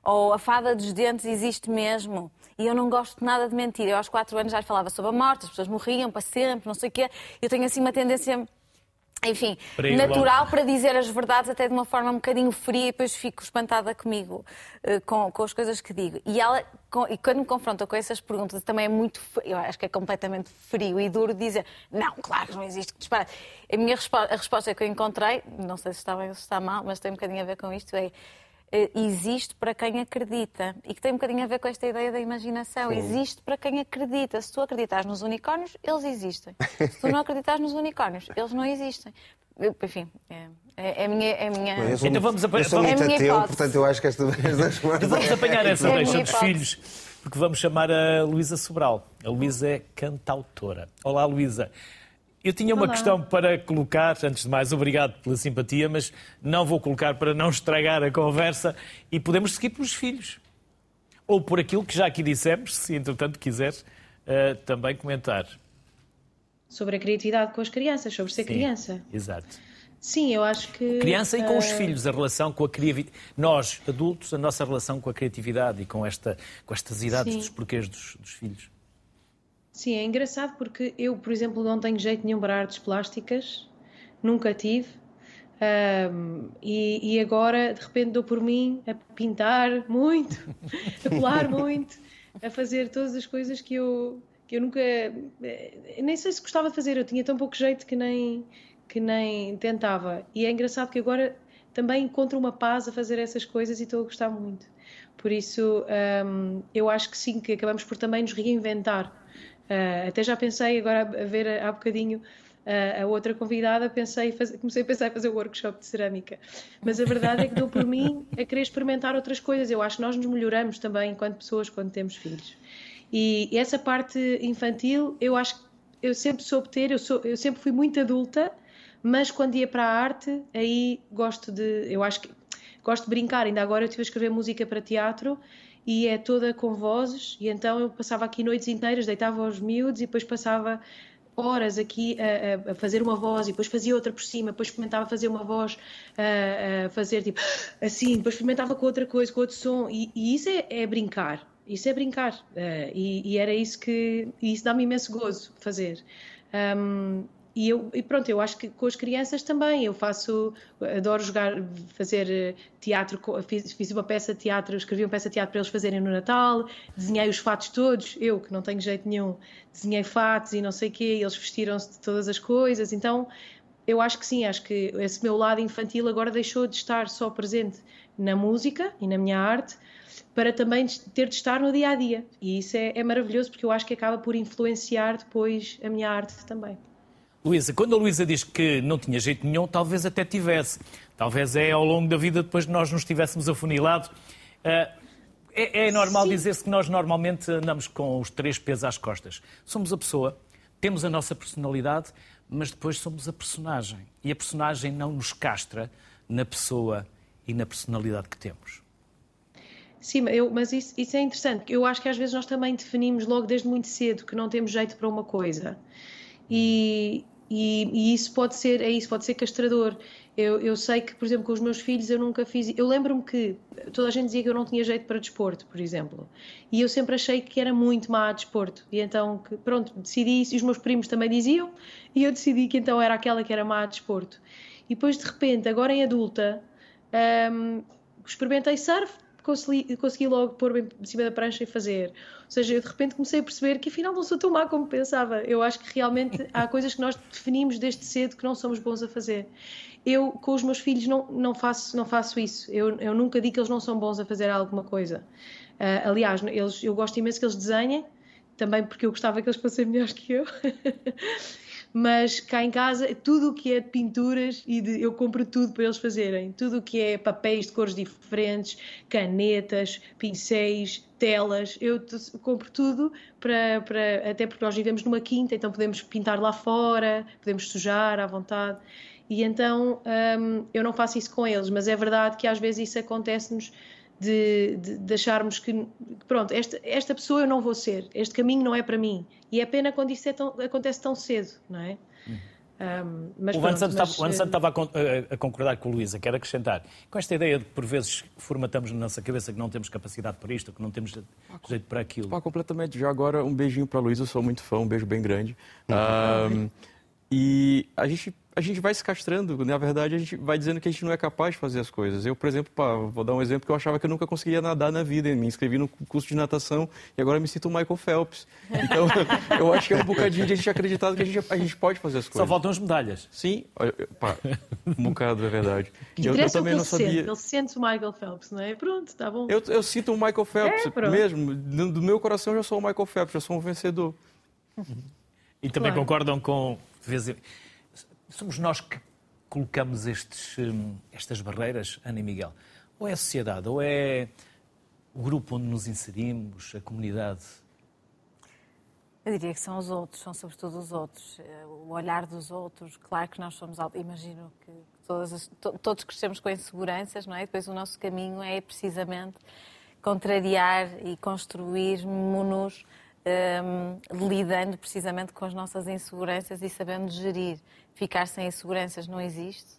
Ou a fada dos dentes existe mesmo. E eu não gosto nada de mentir. Eu aos 4 anos já falava sobre a morte, as pessoas morriam para sempre, não sei o quê. Eu tenho assim uma tendência, enfim, natural para dizer as verdades até de uma forma um bocadinho fria e depois fico espantada comigo com as coisas que digo. E ela, quando me confronta com essas perguntas, também é muito, eu acho que é completamente frio e duro dizer, não, claro que não existe, que disparate. A resposta que eu encontrei, não sei se está bem ou se está mal, mas tem um bocadinho a ver com isto, existe para quem acredita. E que tem um bocadinho a ver com esta ideia da imaginação. Sim. Existe para quem acredita. Se tu acreditas nos unicórnios, eles existem. Se tu não acreditas nos unicórnios, eles não existem. Enfim, é a minha... Então vamos eu sou muito ateu, portanto eu acho que esta vez vamos apanhar essa deixa dos filhos, porque vamos chamar a Luísa Sobral. A Luísa é cantautora. Olá, Luísa. Eu tinha uma questão para colocar, antes de mais, obrigado pela simpatia, mas não vou colocar para não estragar a conversa e podemos seguir pelos filhos. Ou por aquilo que já aqui dissemos, se entretanto quiseres também comentar. Sobre a criatividade com as crianças, sobre ser criança. Exato. Sim, eu acho que... Criança e com os filhos, a relação com a criatividade. Nós, adultos, a nossa relação com a criatividade e com estas idades dos porquês dos filhos. Sim, é engraçado porque eu, por exemplo, não tenho jeito nenhum para artes plásticas, nunca tive, e agora, de repente, dou por mim a pintar muito, a colar muito, a fazer todas as coisas que eu nunca... Nem sei se gostava de fazer, eu tinha tão pouco jeito que nem tentava. E é engraçado que agora também encontro uma paz a fazer essas coisas e estou a gostar muito. Por isso, eu acho que sim, que acabamos por também nos reinventar. Até já pensei, agora a ver há bocadinho a outra convidada, comecei a pensar em fazer um workshop de cerâmica. Mas a verdade é que dou por mim a querer experimentar outras coisas. Eu acho que nós nos melhoramos também enquanto pessoas quando temos filhos. E essa parte infantil, eu acho que eu sempre soube ter, eu sempre fui muito adulta, mas quando ia para a arte, aí gosto de brincar. Ainda agora eu estive a escrever música para teatro, e é toda com vozes, e então eu passava aqui noites inteiras, deitava aos miúdos e depois passava horas aqui a fazer uma voz e depois fazia outra por cima, depois experimentava fazer uma voz, a fazer tipo assim, depois experimentava com outra coisa, com outro som, e isso é brincar, isso é brincar, e era isso e isso dá-me imenso gozo fazer. E pronto, eu acho que com as crianças também, adoro fazer teatro, fiz uma peça de teatro, escrevi uma peça de teatro para eles fazerem no Natal, desenhei os fatos todos, eu que não tenho jeito nenhum, desenhei fatos e não sei o quê, e eles vestiram-se de todas as coisas, então eu acho que sim, acho que esse meu lado infantil agora deixou de estar só presente na música e na minha arte, para também ter de estar no dia-a-dia, e isso é maravilhoso, porque eu acho que acaba por influenciar depois a minha arte também. Luísa, quando a Luísa diz que não tinha jeito nenhum, talvez até tivesse. Talvez ao longo da vida, depois de nós nos tivéssemos afunilado. É normal dizer-se que nós normalmente andamos com os 3 pés às costas. Somos a pessoa, temos a nossa personalidade, mas depois somos a personagem. E a personagem não nos castra na pessoa e na personalidade que temos. Sim, mas isso é interessante. Eu acho que às vezes nós também definimos logo desde muito cedo que não temos jeito para uma coisa. E isso pode ser castrador. Eu sei que, por exemplo, com os meus filhos eu nunca fiz... Eu lembro-me que toda a gente dizia que eu não tinha jeito para desporto, por exemplo. E eu sempre achei que era muito má a desporto. E então, pronto, decidi isso. E os meus primos também diziam. E eu decidi que então era aquela que era má a desporto. E depois, de repente, agora em adulta, experimentei surf. Consegui logo pôr-me em cima da prancha e fazer. Ou seja, eu de repente comecei a perceber que afinal não sou tão má como pensava. Eu acho que realmente há coisas que nós definimos desde cedo que não somos bons a fazer. Eu, com os meus filhos, não faço isso. Eu nunca digo que eles não são bons a fazer alguma coisa. Aliás, eu gosto imenso que eles desenhem, também porque eu gostava que eles fossem melhores que eu. Mas cá em casa, tudo o que é de pinturas, eu compro tudo para eles fazerem. Tudo o que é papéis de cores diferentes, canetas, pincéis, telas, eu compro tudo, até porque nós vivemos numa quinta, então podemos pintar lá fora, podemos sujar à vontade. E então eu não faço isso com eles, mas é verdade que às vezes isso acontece-nos de acharmos que, pronto, esta pessoa eu não vou ser, este caminho não é para mim. E é pena quando isso acontece tão cedo, não é? Mas o Anderson estava a concordar com a Luísa, quero acrescentar. Com esta ideia de que, por vezes, formatamos na nossa cabeça que não temos capacidade para isto, que não temos jeito para aquilo. Completamente. Já agora, um beijinho para a Luísa, eu sou muito fã, um beijo bem grande. E a gente vai se castrando, na verdade, a gente vai dizendo que a gente não é capaz de fazer as coisas. Eu, por exemplo, vou dar um exemplo que eu achava que eu nunca conseguia nadar na vida. Me inscrevi no curso de natação e agora me sinto o Michael Phelps. Então, eu acho que é um bocadinho de a gente acreditar que a gente pode fazer as coisas. Só faltam as medalhas. Sim, um bocado, é verdade. Eu também não sabia. Ele sente o Michael Phelps, não é? Pronto, está bom. Eu sinto o Michael Phelps mesmo. Do meu coração, eu já sou o Michael Phelps, já sou um vencedor. E também concordam com... Somos nós que colocamos estas barreiras, Ana e Miguel? Ou é a sociedade, ou é o grupo onde nos inserimos, a comunidade? Eu diria que são os outros, são sobretudo os outros. O olhar dos outros. Claro que nós somos... Imagino que todos crescemos com inseguranças, não é? Depois o nosso caminho é precisamente contrariar e construirmos-nos lidando precisamente com as nossas inseguranças e sabendo gerir. Ficar sem inseguranças não existe.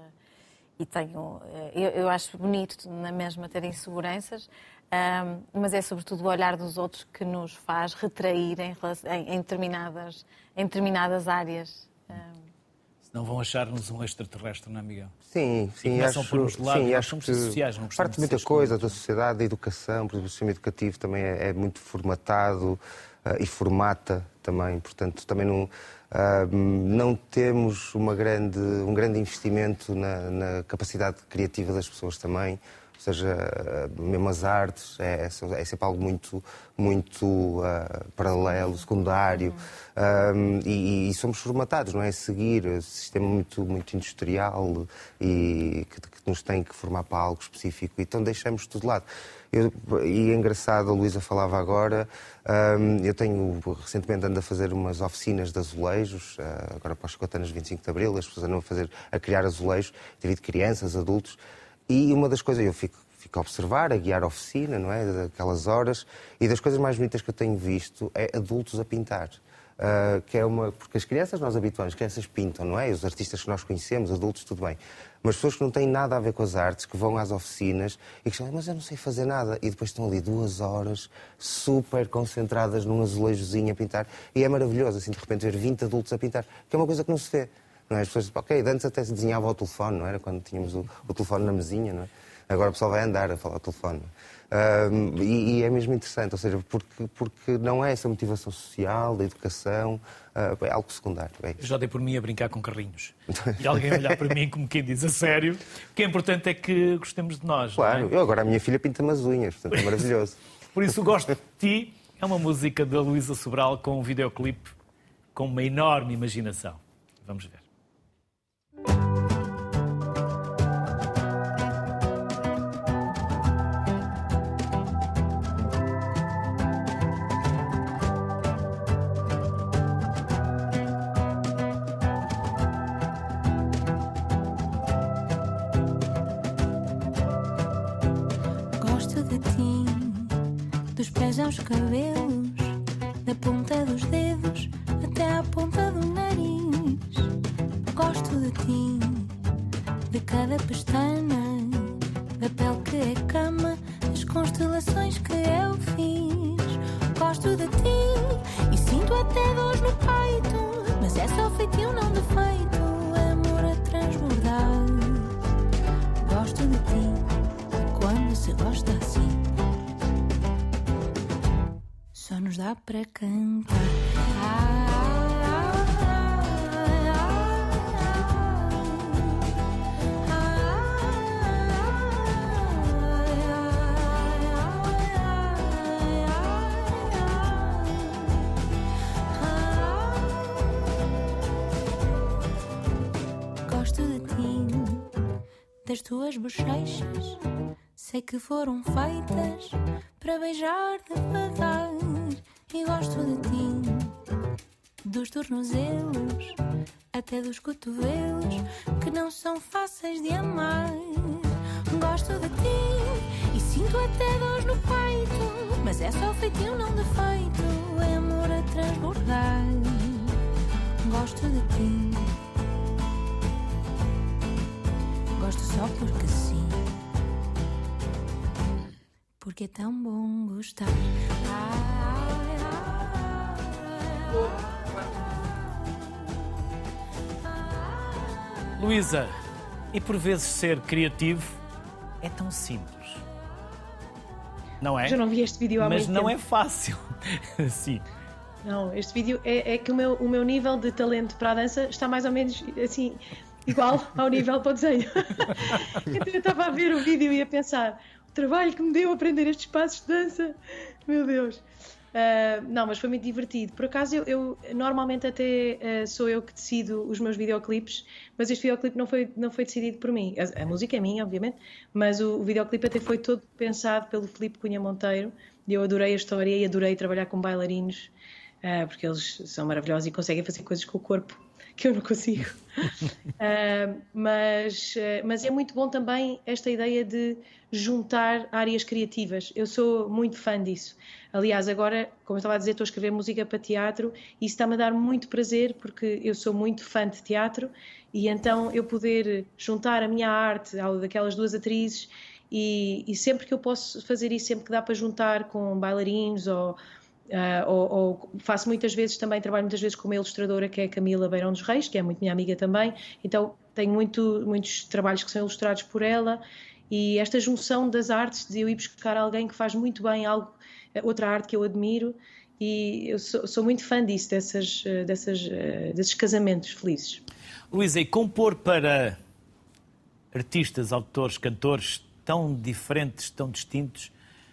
Eu acho bonito na mesma ter inseguranças, mas é sobretudo o olhar dos outros que nos faz retrair em determinadas áreas. Senão vão achar-nos um extraterrestre, não é, Miguel? Sim, acho que sociais, não parte de muita coisa da sociedade, da educação, por exemplo, o sistema educativo também é muito formatado e formata também, portanto também não temos um grande investimento na capacidade criativa das pessoas também, ou seja, mesmo as artes é sempre algo muito paralelo, secundário, e somos formatados, não é? A seguir um sistema muito industrial e que nos tem que formar para algo específico, então deixamos tudo de lado. E é engraçado, a Luísa falava agora, eu recentemente ando a fazer umas oficinas de azulejos, agora para os 50 anos 25 de Abril, as pessoas andam a criar azulejos, devido a crianças, adultos, e uma das coisas, eu fico a observar, a guiar a oficina, não é, daquelas horas, e das coisas mais bonitas que eu tenho visto é adultos a pintar. Porque as crianças nós habituamos, as crianças pintam, não é? Os artistas que nós conhecemos, adultos, tudo bem. Mas pessoas que não têm nada a ver com as artes, que vão às oficinas e que dizem, mas eu não sei fazer nada. E depois estão ali 2 horas super concentradas num azulejozinho a pintar. E é maravilhoso, assim, de repente, ver 20 adultos a pintar, que é uma coisa que não se vê. Não é? As pessoas dizem, antes até se desenhava ao telefone, não era? Quando tínhamos o telefone na mesinha, não é? Agora o pessoal vai andar a falar ao telefone. E é mesmo interessante, ou seja, porque não é essa motivação social, da educação, é algo secundário. Eu já dei por mim a brincar com carrinhos. E alguém olhar para mim como quem diz a sério. O que é importante é que gostemos de nós. Claro, não é? Agora a minha filha pinta-me as unhas, portanto é maravilhoso. Por isso, Gosto de Ti é uma música da Luísa Sobral com um videoclipe com uma enorme imaginação. Vamos ver. Aos cabelos, da ponta dos dedos até à ponta do nariz. Gosto de ti, de cada pestana, da pele que é cama, das constelações que eu fiz. Gosto de ti e sinto até dores no peito, mas é só feitio, não defeito, é amor a transbordar. Gosto de ti, quando se gosta assim, só nos dá para cantar. Gosto de ti, das tuas bochechas, sei que foram feitas para beijar devagar. E gosto de ti, dos tornozelos até dos cotovelos, que não são fáceis de amar. Gosto de ti e sinto até dores no peito, mas é só feitio, não defeito, é amor a transbordar. Gosto de ti, gosto só porque sim. Porque é tão bom gostar. Luísa, e por vezes ser criativo é tão simples, não é? Já não vi este vídeo há Mas muito não tempo. é fácil. Sim. Não, este vídeo é que o meu nível de talento para a dança está mais ou menos assim, igual ao nível para o desenho. Então eu estava a ver o vídeo e a pensar, o trabalho que me deu aprender estes passos de dança, meu Deus. Não, mas foi muito divertido. Por acaso eu normalmente até sou eu que decido os meus videoclipes, mas este videoclipe não foi decidido por mim. A música é minha, obviamente, mas o videoclipe até foi todo pensado pelo Filipe Cunha Monteiro. Eu adorei a história e adorei trabalhar com bailarinos, porque eles são maravilhosos e conseguem fazer coisas com o corpo que eu não consigo. Mas é muito bom também esta ideia de juntar áreas criativas. Eu sou muito fã disso. Aliás, agora, como eu estava a dizer, estou a escrever música para teatro e isso está-me a dar muito prazer porque eu sou muito fã de teatro e então eu poder juntar a minha arte ao daquelas duas atrizes e sempre que eu posso fazer isso, sempre que dá para juntar com bailarinos ou faço muitas vezes também, trabalho muitas vezes com uma ilustradora que é a Camila Beirão dos Reis, que é muito minha amiga também, então tenho muitos trabalhos que são ilustrados por ela e esta junção das artes, de eu ir buscar alguém que faz muito bem outra arte que eu admiro e eu sou muito fã disso, desses casamentos felizes. Luísa, e compor para artistas, autores, cantores tão diferentes, tão distintos,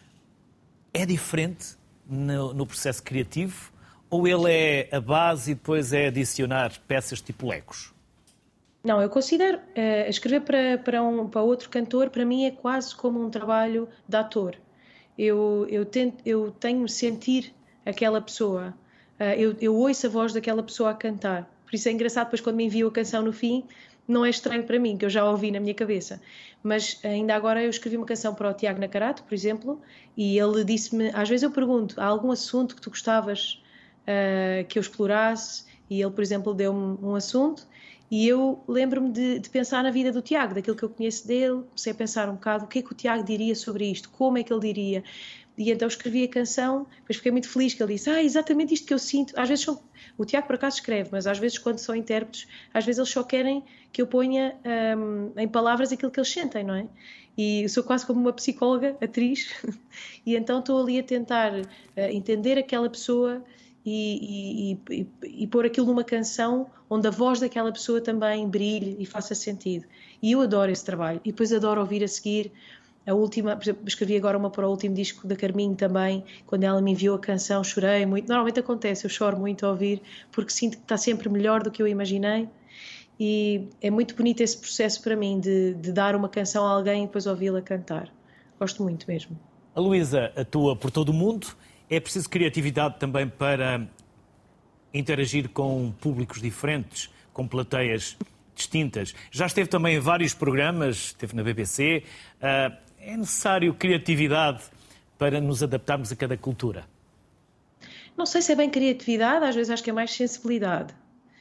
é diferente no processo criativo ou ele é a base e depois é adicionar peças tipo Legos? Não, eu considero escrever para outro cantor, para mim é quase como um trabalho de ator. Eu tenho de sentir aquela pessoa, eu ouço a voz daquela pessoa a cantar. Por isso é engraçado, depois quando me enviam a canção no fim, não é estranho para mim, que eu já a ouvi na minha cabeça. Mas ainda agora eu escrevi uma canção para o Tiago Nacarato, por exemplo, e ele disse-me, às vezes eu pergunto, há algum assunto que tu gostavas que eu explorasse? E ele, por exemplo, deu-me um assunto e eu lembro-me de pensar na vida do Tiago, daquilo que eu conheço dele, comecei a pensar um bocado o que é que o Tiago diria sobre isto, como é que ele diria. E então escrevi a canção, depois fiquei muito feliz que ele disse, exatamente isto que eu sinto. Às vezes o Tiago por acaso escreve, mas às vezes quando são intérpretes, às vezes eles só querem que eu ponha em palavras aquilo que eles sentem, não é? E eu sou quase como uma psicóloga, atriz, e então estou ali a tentar entender aquela pessoa e pôr aquilo numa canção onde a voz daquela pessoa também brilhe e faça sentido. E eu adoro esse trabalho. E depois adoro ouvir a seguir a última, por exemplo, escrevi agora uma para o último disco da Carminho também, quando ela me enviou a canção chorei muito. Normalmente acontece, eu choro muito a ouvir, porque sinto que está sempre melhor do que eu imaginei. E é muito bonito esse processo para mim, de dar uma canção a alguém e depois ouvi-la cantar. Gosto muito mesmo. A Luísa atua por todo o mundo. É preciso criatividade também para interagir com públicos diferentes, com plateias distintas. Já esteve também em vários programas, esteve na BBC. É necessário criatividade para nos adaptarmos a cada cultura? Não sei se é bem criatividade, às vezes acho que é mais sensibilidade.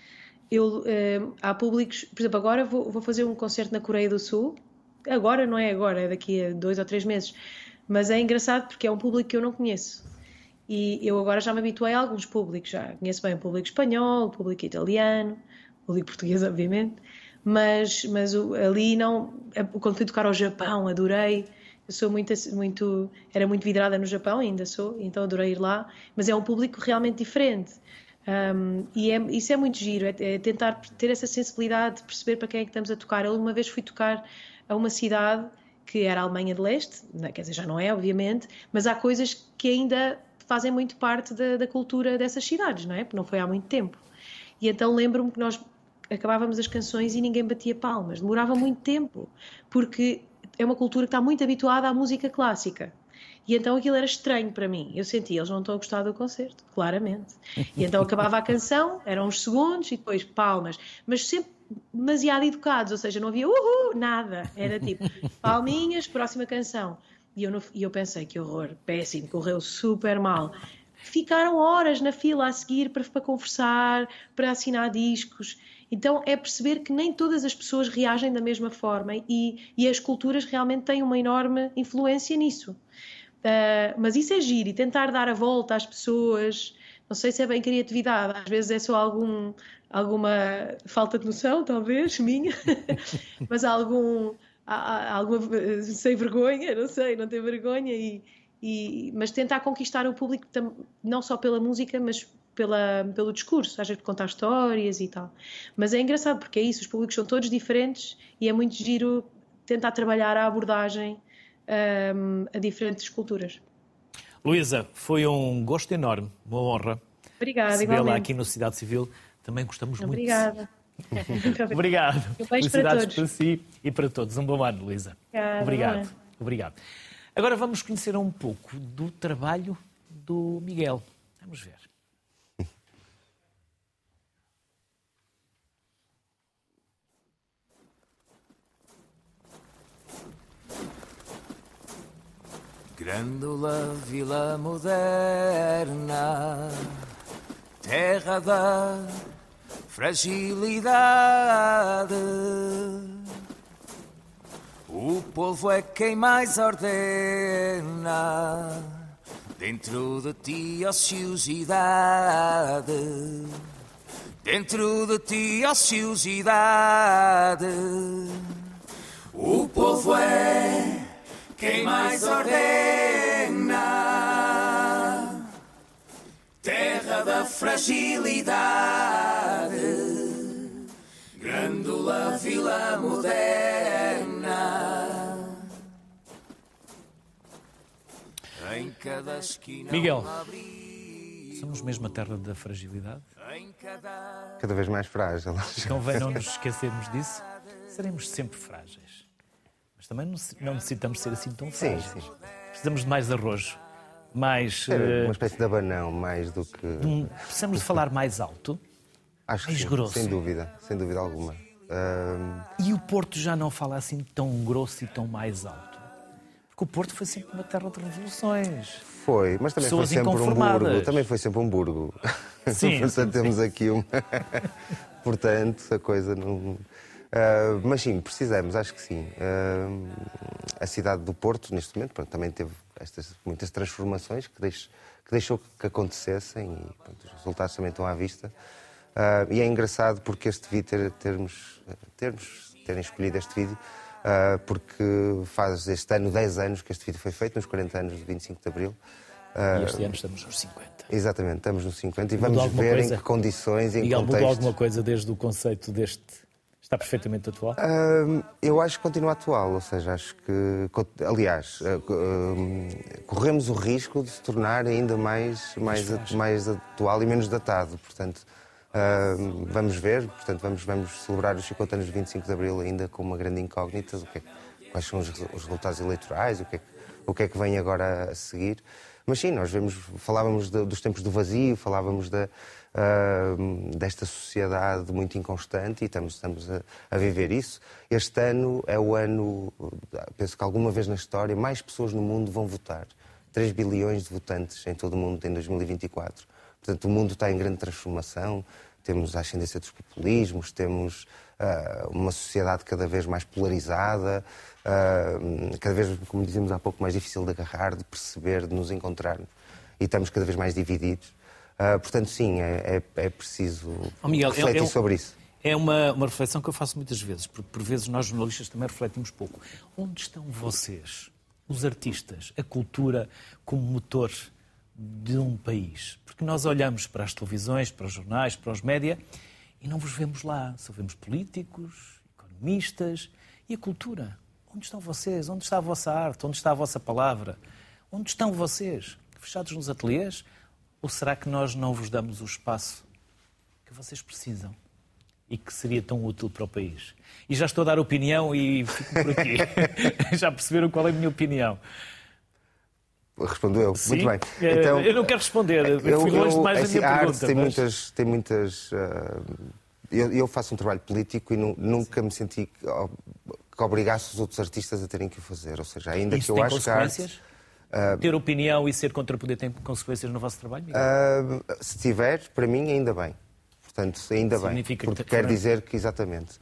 Há públicos, por exemplo, agora vou fazer um concerto na Coreia do Sul. Agora, não é agora, é daqui a 2 ou 3 meses. Mas é engraçado porque é um público que eu não conheço. E eu agora já me habituei a alguns públicos. Já conheço bem o público espanhol, o público italiano, o público português, obviamente. Mas ali não... Quando fui tocar ao Japão, adorei. Eu sou era muito vidrada no Japão, ainda sou, então adorei ir lá. Mas é um público realmente diferente. Isso é muito giro, é tentar ter essa sensibilidade de perceber para quem é que estamos a tocar. Eu uma vez fui tocar a uma cidade que era a Alemanha de Leste, quer dizer, já não é, obviamente, mas há coisas que ainda fazem muito parte da cultura dessas cidades, não é? Porque não foi há muito tempo. E então lembro-me que nós acabávamos as canções e ninguém batia palmas, demorava muito tempo, porque é uma cultura que está muito habituada à música clássica. E então aquilo era estranho para mim. Eu sentia, eles não estão a gostar do concerto, claramente. E então acabava a canção, eram uns segundos e depois palmas. Mas sempre demasiado educados, ou seja, não havia nada. Era tipo, palminhas, próxima canção. E eu pensei, que horror, péssimo, correu super mal. Ficaram horas na fila a seguir para conversar, para assinar discos. Então é perceber que nem todas as pessoas reagem da mesma forma e as culturas realmente têm uma enorme influência nisso. Mas isso é giro, e tentar dar a volta às pessoas, não sei se é bem criatividade, às vezes é só alguma falta de noção, talvez, minha, mas alguma sem vergonha, não sei, não ter vergonha, mas tentar conquistar o público não só pela música, mas pelo discurso, às vezes contar histórias e tal. Mas é engraçado porque é isso, os públicos são todos diferentes e é muito giro tentar trabalhar a abordagem a diferentes culturas. Luísa, foi um gosto enorme, uma honra. Obrigada, recebê-la igualmente. aqui no Cidade Civil. Também gostamos muito. Obrigada. Obrigado. Um beijo para todos. Para si e para todos. Um bom ano, Luísa. Obrigada. Obrigado. Agora vamos conhecer um pouco do trabalho do Miguel. Vamos ver. Grândola Vila Moderna, terra da fragilidade. O povo é quem mais ordena, dentro de ti ociosidade. Dentro de ti ociosidade. O povo é quem mais ordena, terra da fragilidade, Grândola Vila Moderna. Em cada esquina Miguel, somos mesmo a terra da fragilidade? Cada vez mais frágil. Convém não nos esquecermos disso. Seremos sempre frágeis. Mas também não necessitamos ser assim tão frágeis. Sim. Precisamos de mais arrojo, mais... Uma espécie de abanão, mais do que... Precisamos de falar mais alto, Acho que mais sim, grosso. sem dúvida alguma. E o Porto já não fala assim tão grosso e tão mais alto. Porque o Porto foi sempre uma terra de revoluções. Foi, mas também Pessoas foi sempre um inconformadas. burgo. Também foi sempre um burgo. Sim, Portanto, temos aqui uma... Portanto, a coisa não... mas sim, precisamos, acho que sim. A cidade do Porto, neste momento, pronto, também teve muitas transformações que deixou que acontecessem e pronto, os resultados também estão à vista. E é engraçado porque este vídeo, terem escolhido este vídeo, porque faz este ano 10 anos que este vídeo foi feito, nos 40 anos de 25 de Abril. E este ano estamos nos 50. Exatamente, estamos nos 50 e Mudou vamos alguma ver coisa? em que condições, em Miguel, mudou contextos... alguma coisa desde o conceito deste... Está perfeitamente atual? Eu acho que continua atual, ou seja, acho que... Aliás, corremos o risco de se tornar ainda mais atual e menos datado, portanto... vamos ver, portanto, vamos celebrar os 50 anos de 25 de Abril ainda com uma grande incógnita do quais são os resultados eleitorais, o que é que vem agora a seguir. Mas sim, falávamos dos tempos do vazio, falávamos desta sociedade muito inconstante e estamos a viver isso. Este ano é o ano, penso que alguma vez na história, mais pessoas no mundo vão votar. 3 bilhões de votantes em todo o mundo em 2024. Portanto, o mundo está em grande transformação, temos a ascendência dos populismos, temos uma sociedade cada vez mais polarizada, cada vez, como dizíamos há pouco, mais difícil de agarrar, de perceber, de nos encontrarmos. E estamos cada vez mais divididos. Portanto, sim, é preciso Miguel, refletir sobre isso. É uma reflexão que eu faço muitas vezes, porque por vezes nós jornalistas também refletimos pouco. Onde estão vocês, os artistas, a cultura, como motor de um país? Porque nós olhamos para as televisões, para os jornais, para os média e não vos vemos lá. Só vemos políticos, economistas e a cultura. Onde estão vocês? Onde está a vossa arte? Onde está a vossa palavra? Onde estão vocês? Fechados nos ateliês? Ou será que nós não vos damos o espaço que vocês precisam e que seria tão útil para o país? E já estou a dar opinião e fico por aqui. Já perceberam qual é a minha opinião? Respondo eu. Sim? Muito bem. Então, eu não quero responder. Eu fui longe demais da minha a pergunta. arte tem muitas... Eu faço um trabalho político e nunca me senti que obrigasse os outros artistas a terem que o fazer. Ou seja, ainda Isso que eu tem acho que a consequências? Ter opinião e ser contra poder tem consequências no vosso trabalho, Miguel? Se tiver, para mim, ainda bem. Portanto, ainda bem, Significa porque que quer dizer que, exatamente.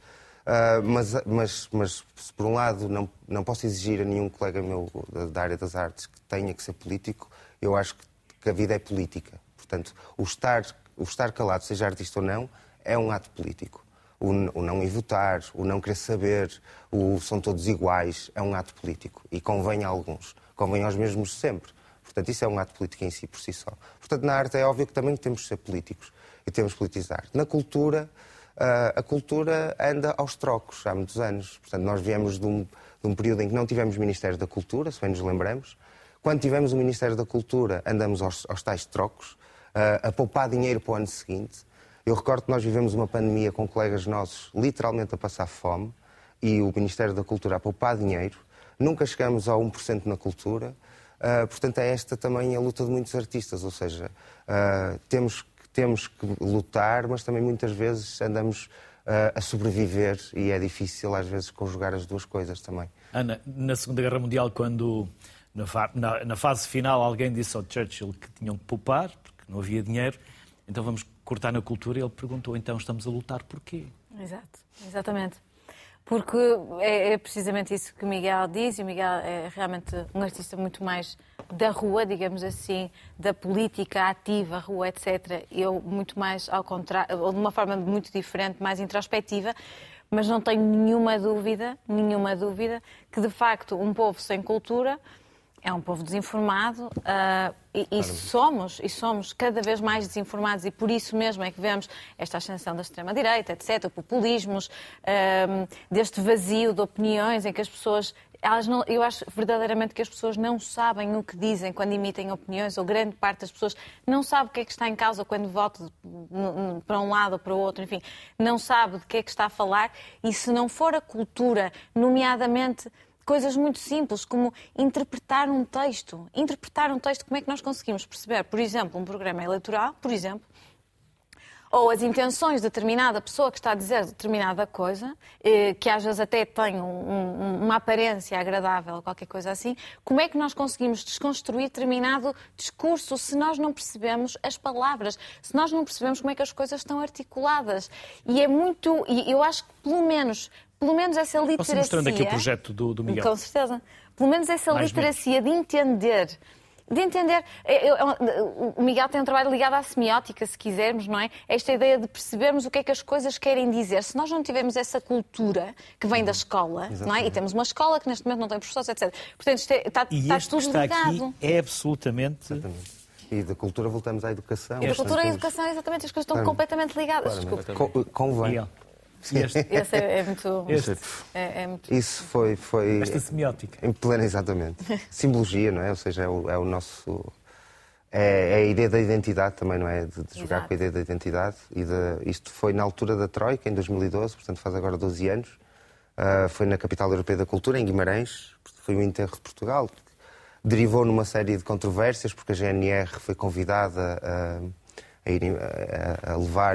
Mas, se por um lado não posso exigir a nenhum colega meu da área das artes que tenha que ser político, eu acho que a vida é política. Portanto, o estar calado, seja artista ou não, é um ato político. O não ir votar, o não querer saber, o são todos iguais, é um ato político. E convém a alguns, convém aos mesmos sempre. Portanto, isso é um ato político em si, por si só. Portanto, na arte é óbvio que também temos de ser políticos e temos de politizar. Na cultura, a cultura anda aos trocos há muitos anos. Portanto, nós viemos de um período em que não tivemos Ministério da Cultura, se bem nos lembramos. Quando tivemos o Ministério da Cultura, andamos aos tais trocos, a poupar dinheiro para o ano seguinte. Eu recordo que nós vivemos uma pandemia com colegas nossos literalmente a passar fome e o Ministério da Cultura a poupar dinheiro. Nunca chegamos a 1% na cultura. Portanto, é esta também a luta de muitos artistas. Ou seja, temos que lutar, mas também muitas vezes andamos a sobreviver e é difícil às vezes conjugar as duas coisas também. Ana, na Segunda Guerra Mundial, quando na fase final alguém disse ao Churchill que tinham que poupar, porque não havia dinheiro, então vamos cortar na cultura, e ele perguntou, então estamos a lutar porquê? Exato, exatamente. Porque é precisamente isso que o Miguel diz, e o Miguel é realmente um artista muito mais da rua, digamos assim, da política ativa, rua, etc. Eu muito mais ao contrário, ou de uma forma muito diferente, mais introspectiva, mas não tenho nenhuma dúvida que de facto um povo sem cultura é um povo desinformado e somos cada vez mais desinformados, e por isso mesmo é que vemos esta ascensão da extrema-direita, etc., populismos, deste vazio de opiniões em que as pessoas... eu acho verdadeiramente que as pessoas não sabem o que dizem quando emitem opiniões, ou grande parte das pessoas não sabe o que é que está em causa quando vota para um lado ou para o outro, enfim, não sabe de que é que está a falar, e se não for a cultura, nomeadamente... Coisas muito simples, como interpretar um texto. Interpretar um texto, como é que nós conseguimos perceber, por exemplo, um programa eleitoral, por exemplo, ou as intenções de determinada pessoa que está a dizer determinada coisa, que às vezes até tem uma aparência agradável, qualquer coisa assim, como é que nós conseguimos desconstruir determinado discurso se nós não percebemos as palavras, se nós não percebemos como é que as coisas estão articuladas? E é muito... E eu acho que, pelo menos essa literacia... Posso mostrando aqui o projeto do Miguel? Com certeza. Pelo menos essa literacia de entender... O Miguel tem um trabalho ligado à semiótica, se quisermos, não é? Esta ideia de percebermos o que é que as coisas querem dizer. Se nós não tivermos essa cultura que vem da escola, não é? E temos uma escola que neste momento não tem professores, etc. Portanto, está tudo está ligado. Aqui é absolutamente... Exatamente. E da cultura voltamos à educação. E da cultura e à educação, exatamente. As coisas estão completamente ligadas. Convém. Esse é muito... É muito... Isso foi... Esta semiótica. Em plena, exatamente. Simbologia, não é? Ou seja, é o nosso... É a ideia da identidade também, não é? De jogar com a ideia da identidade. Isto foi na altura da Troika, em 2012, portanto faz agora 12 anos. Foi na Capital Europeia da Cultura, em Guimarães. Foi o enterro de Portugal. Derivou numa série de controvérsias, porque a GNR foi convidada a levar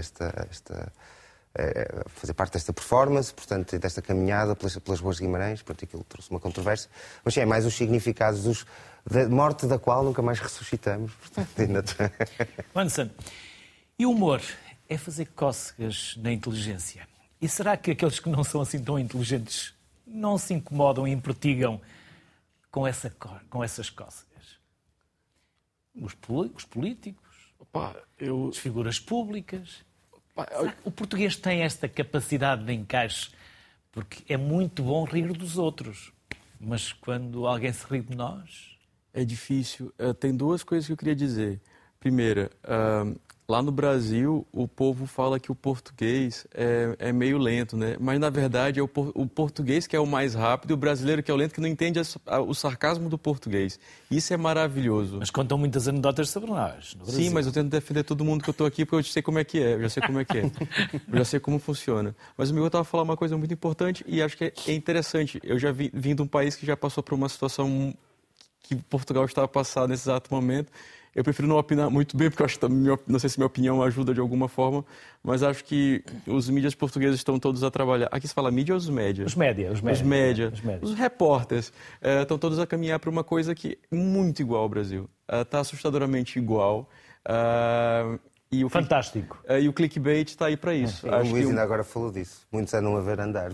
fazer parte desta performance, portanto, desta caminhada pelas ruas de Guimarães, portanto, aquilo trouxe uma controvérsia. Mas sim, é mais os significados da morte da qual nunca mais ressuscitamos. Portanto, Anderson, e o humor é fazer cócegas na inteligência? E será que aqueles que não são assim tão inteligentes não se incomodam e impertigam com essas cócegas? Os políticos, as figuras públicas... O português tem esta capacidade de encaixe, porque é muito bom rir dos outros, mas quando alguém se ri de nós... É difícil. Tem duas coisas que eu queria dizer. Primeira, lá no Brasil, o povo fala que o português é meio lento, né? Mas, na verdade, é o português que é o mais rápido e o brasileiro que é o lento, que não entende o sarcasmo do português. Isso é maravilhoso. Mas contam muitas anedotas sobre nós, no Brasil. Sim, mas eu tento defender todo mundo que eu estou aqui, porque eu sei como é que é. Eu já sei como é que é. Eu já sei como funciona. Mas o Miguel estava falando uma coisa muito importante e acho que é interessante. Eu já vim de um país que já passou por uma situação que Portugal estava passando nesse exato momento. Eu prefiro não opinar muito bem, porque eu acho que não sei se minha opinião ajuda de alguma forma, mas acho que os mídias portugueses estão todos a trabalhar. Aqui se fala mídia ou os média? Os média. Os repórteres estão todos a caminhar para uma coisa que é muito igual ao Brasil. Está assustadoramente igual. Fantástico. E o clickbait está aí para isso. O Luís ainda agora falou disso. Muitos a não haver andar.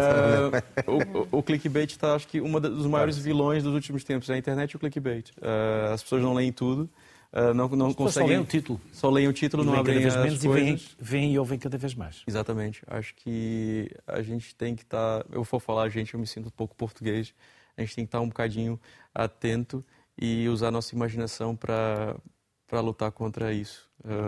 O clickbait está, acho que, um dos maiores vilões dos últimos tempos. A internet e o clickbait. As pessoas não leem tudo. Não conseguem... Só leem o título. Só leem o título, não abrem as coisas. E veem e ouvem cada vez mais. Exatamente. Acho que a gente tem que estar... Eu vou falar, eu me sinto um pouco português. A gente tem que estar um bocadinho atento e usar a nossa imaginação para lutar contra isso.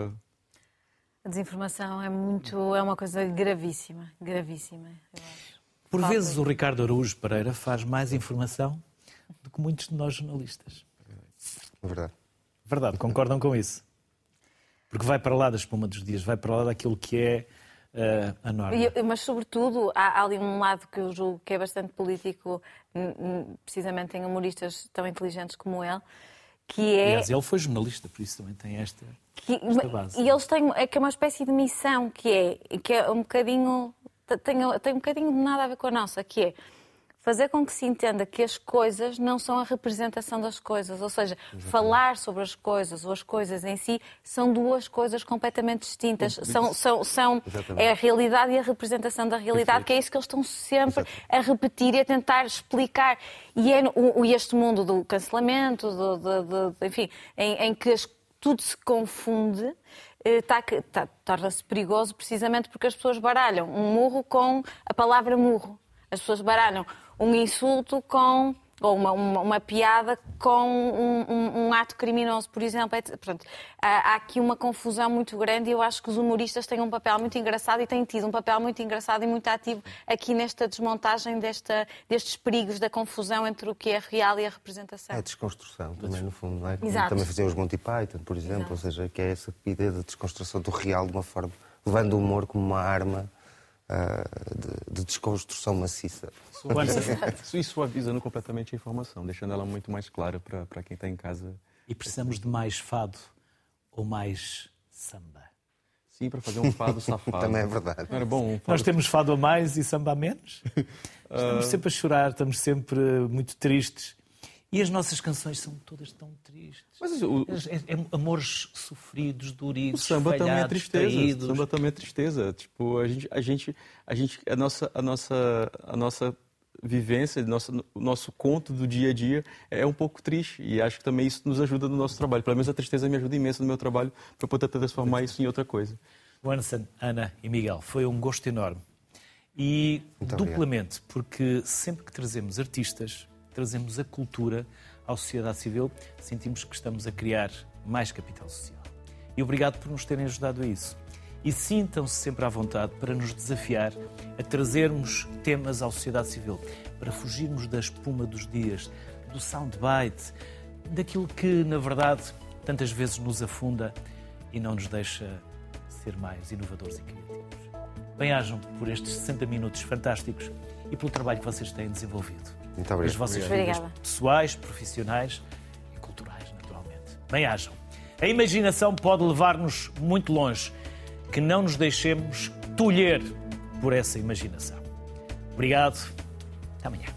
A desinformação é uma coisa gravíssima, gravíssima. Eu acho. Por vezes o Ricardo Araújo Pereira faz mais informação do que muitos de nós jornalistas. Verdade. Verdade, concordam com isso? Porque vai para lá da espuma dos dias, vai para lá daquilo que é a norma. Mas, sobretudo, há ali um lado que eu julgo que é bastante político, precisamente em humoristas tão inteligentes como ele, que é... Aliás, ele foi jornalista, por isso também tem esta base. E eles têm que é uma espécie de missão que é um bocadinho... Tem um bocadinho de nada a ver com a nossa, que é fazer com que se entenda que as coisas não são a representação das coisas. Ou seja, falar sobre as coisas ou as coisas em si são duas coisas completamente distintas. É a realidade e a representação da realidade, que é isso que eles estão sempre a repetir e a tentar explicar. E é este mundo do cancelamento, enfim, em que tudo se confunde, torna-se perigoso precisamente porque as pessoas baralham um murro com a palavra murro. As pessoas baralham um insulto com, ou uma piada com um ato criminoso, por exemplo. Portanto, há aqui uma confusão muito grande e eu acho que os humoristas têm um papel muito engraçado e têm tido um papel muito engraçado e muito ativo aqui nesta desmontagem destes perigos da confusão entre o que é real e a representação. É a desconstrução, também, no fundo, não é? Exato. Também faziam os Monty Python, por exemplo, Exato. ou seja, que é essa ideia da desconstrução do real de uma forma, levando o humor como uma arma de desconstrução maciça. E suavizando completamente a informação, deixando ela muito mais clara para quem está em casa. E precisamos de mais fado ou mais samba? Sim, para fazer um fado safado. Também é verdade. Era bom, Nós temos fado a mais e samba a menos? Estamos sempre a chorar, estamos sempre muito tristes. E as nossas canções são todas tão tristes. Mas amores sofridos, duridos, o samba também é tristeza. Traídos. O samba também é tristeza. Tipo, a nossa vivência, o nosso conto do dia a dia é um pouco triste. E acho que também isso nos ajuda no nosso trabalho. Pelo menos a tristeza me ajuda imenso no meu trabalho para poder transformar isso em outra coisa. Wanson, Ana e Miguel, foi um gosto enorme. E muito duplamente, porque sempre que trazemos artistas, trazemos a cultura à sociedade civil, sentimos que estamos a criar mais capital social. E obrigado por nos terem ajudado a isso. E sintam-se sempre à vontade para nos desafiar a trazermos temas à sociedade civil, para fugirmos da espuma dos dias, do soundbite, daquilo que, na verdade, tantas vezes nos afunda e não nos deixa ser mais inovadores e criativos. Bem-ajam por estes 60 minutos fantásticos e pelo trabalho que vocês têm desenvolvido. Muito obrigado. As vossas vidas pessoais, profissionais e culturais, naturalmente. Bem-ajam. A imaginação pode levar-nos muito longe. Que não nos deixemos tolher por essa imaginação. Obrigado. Até amanhã.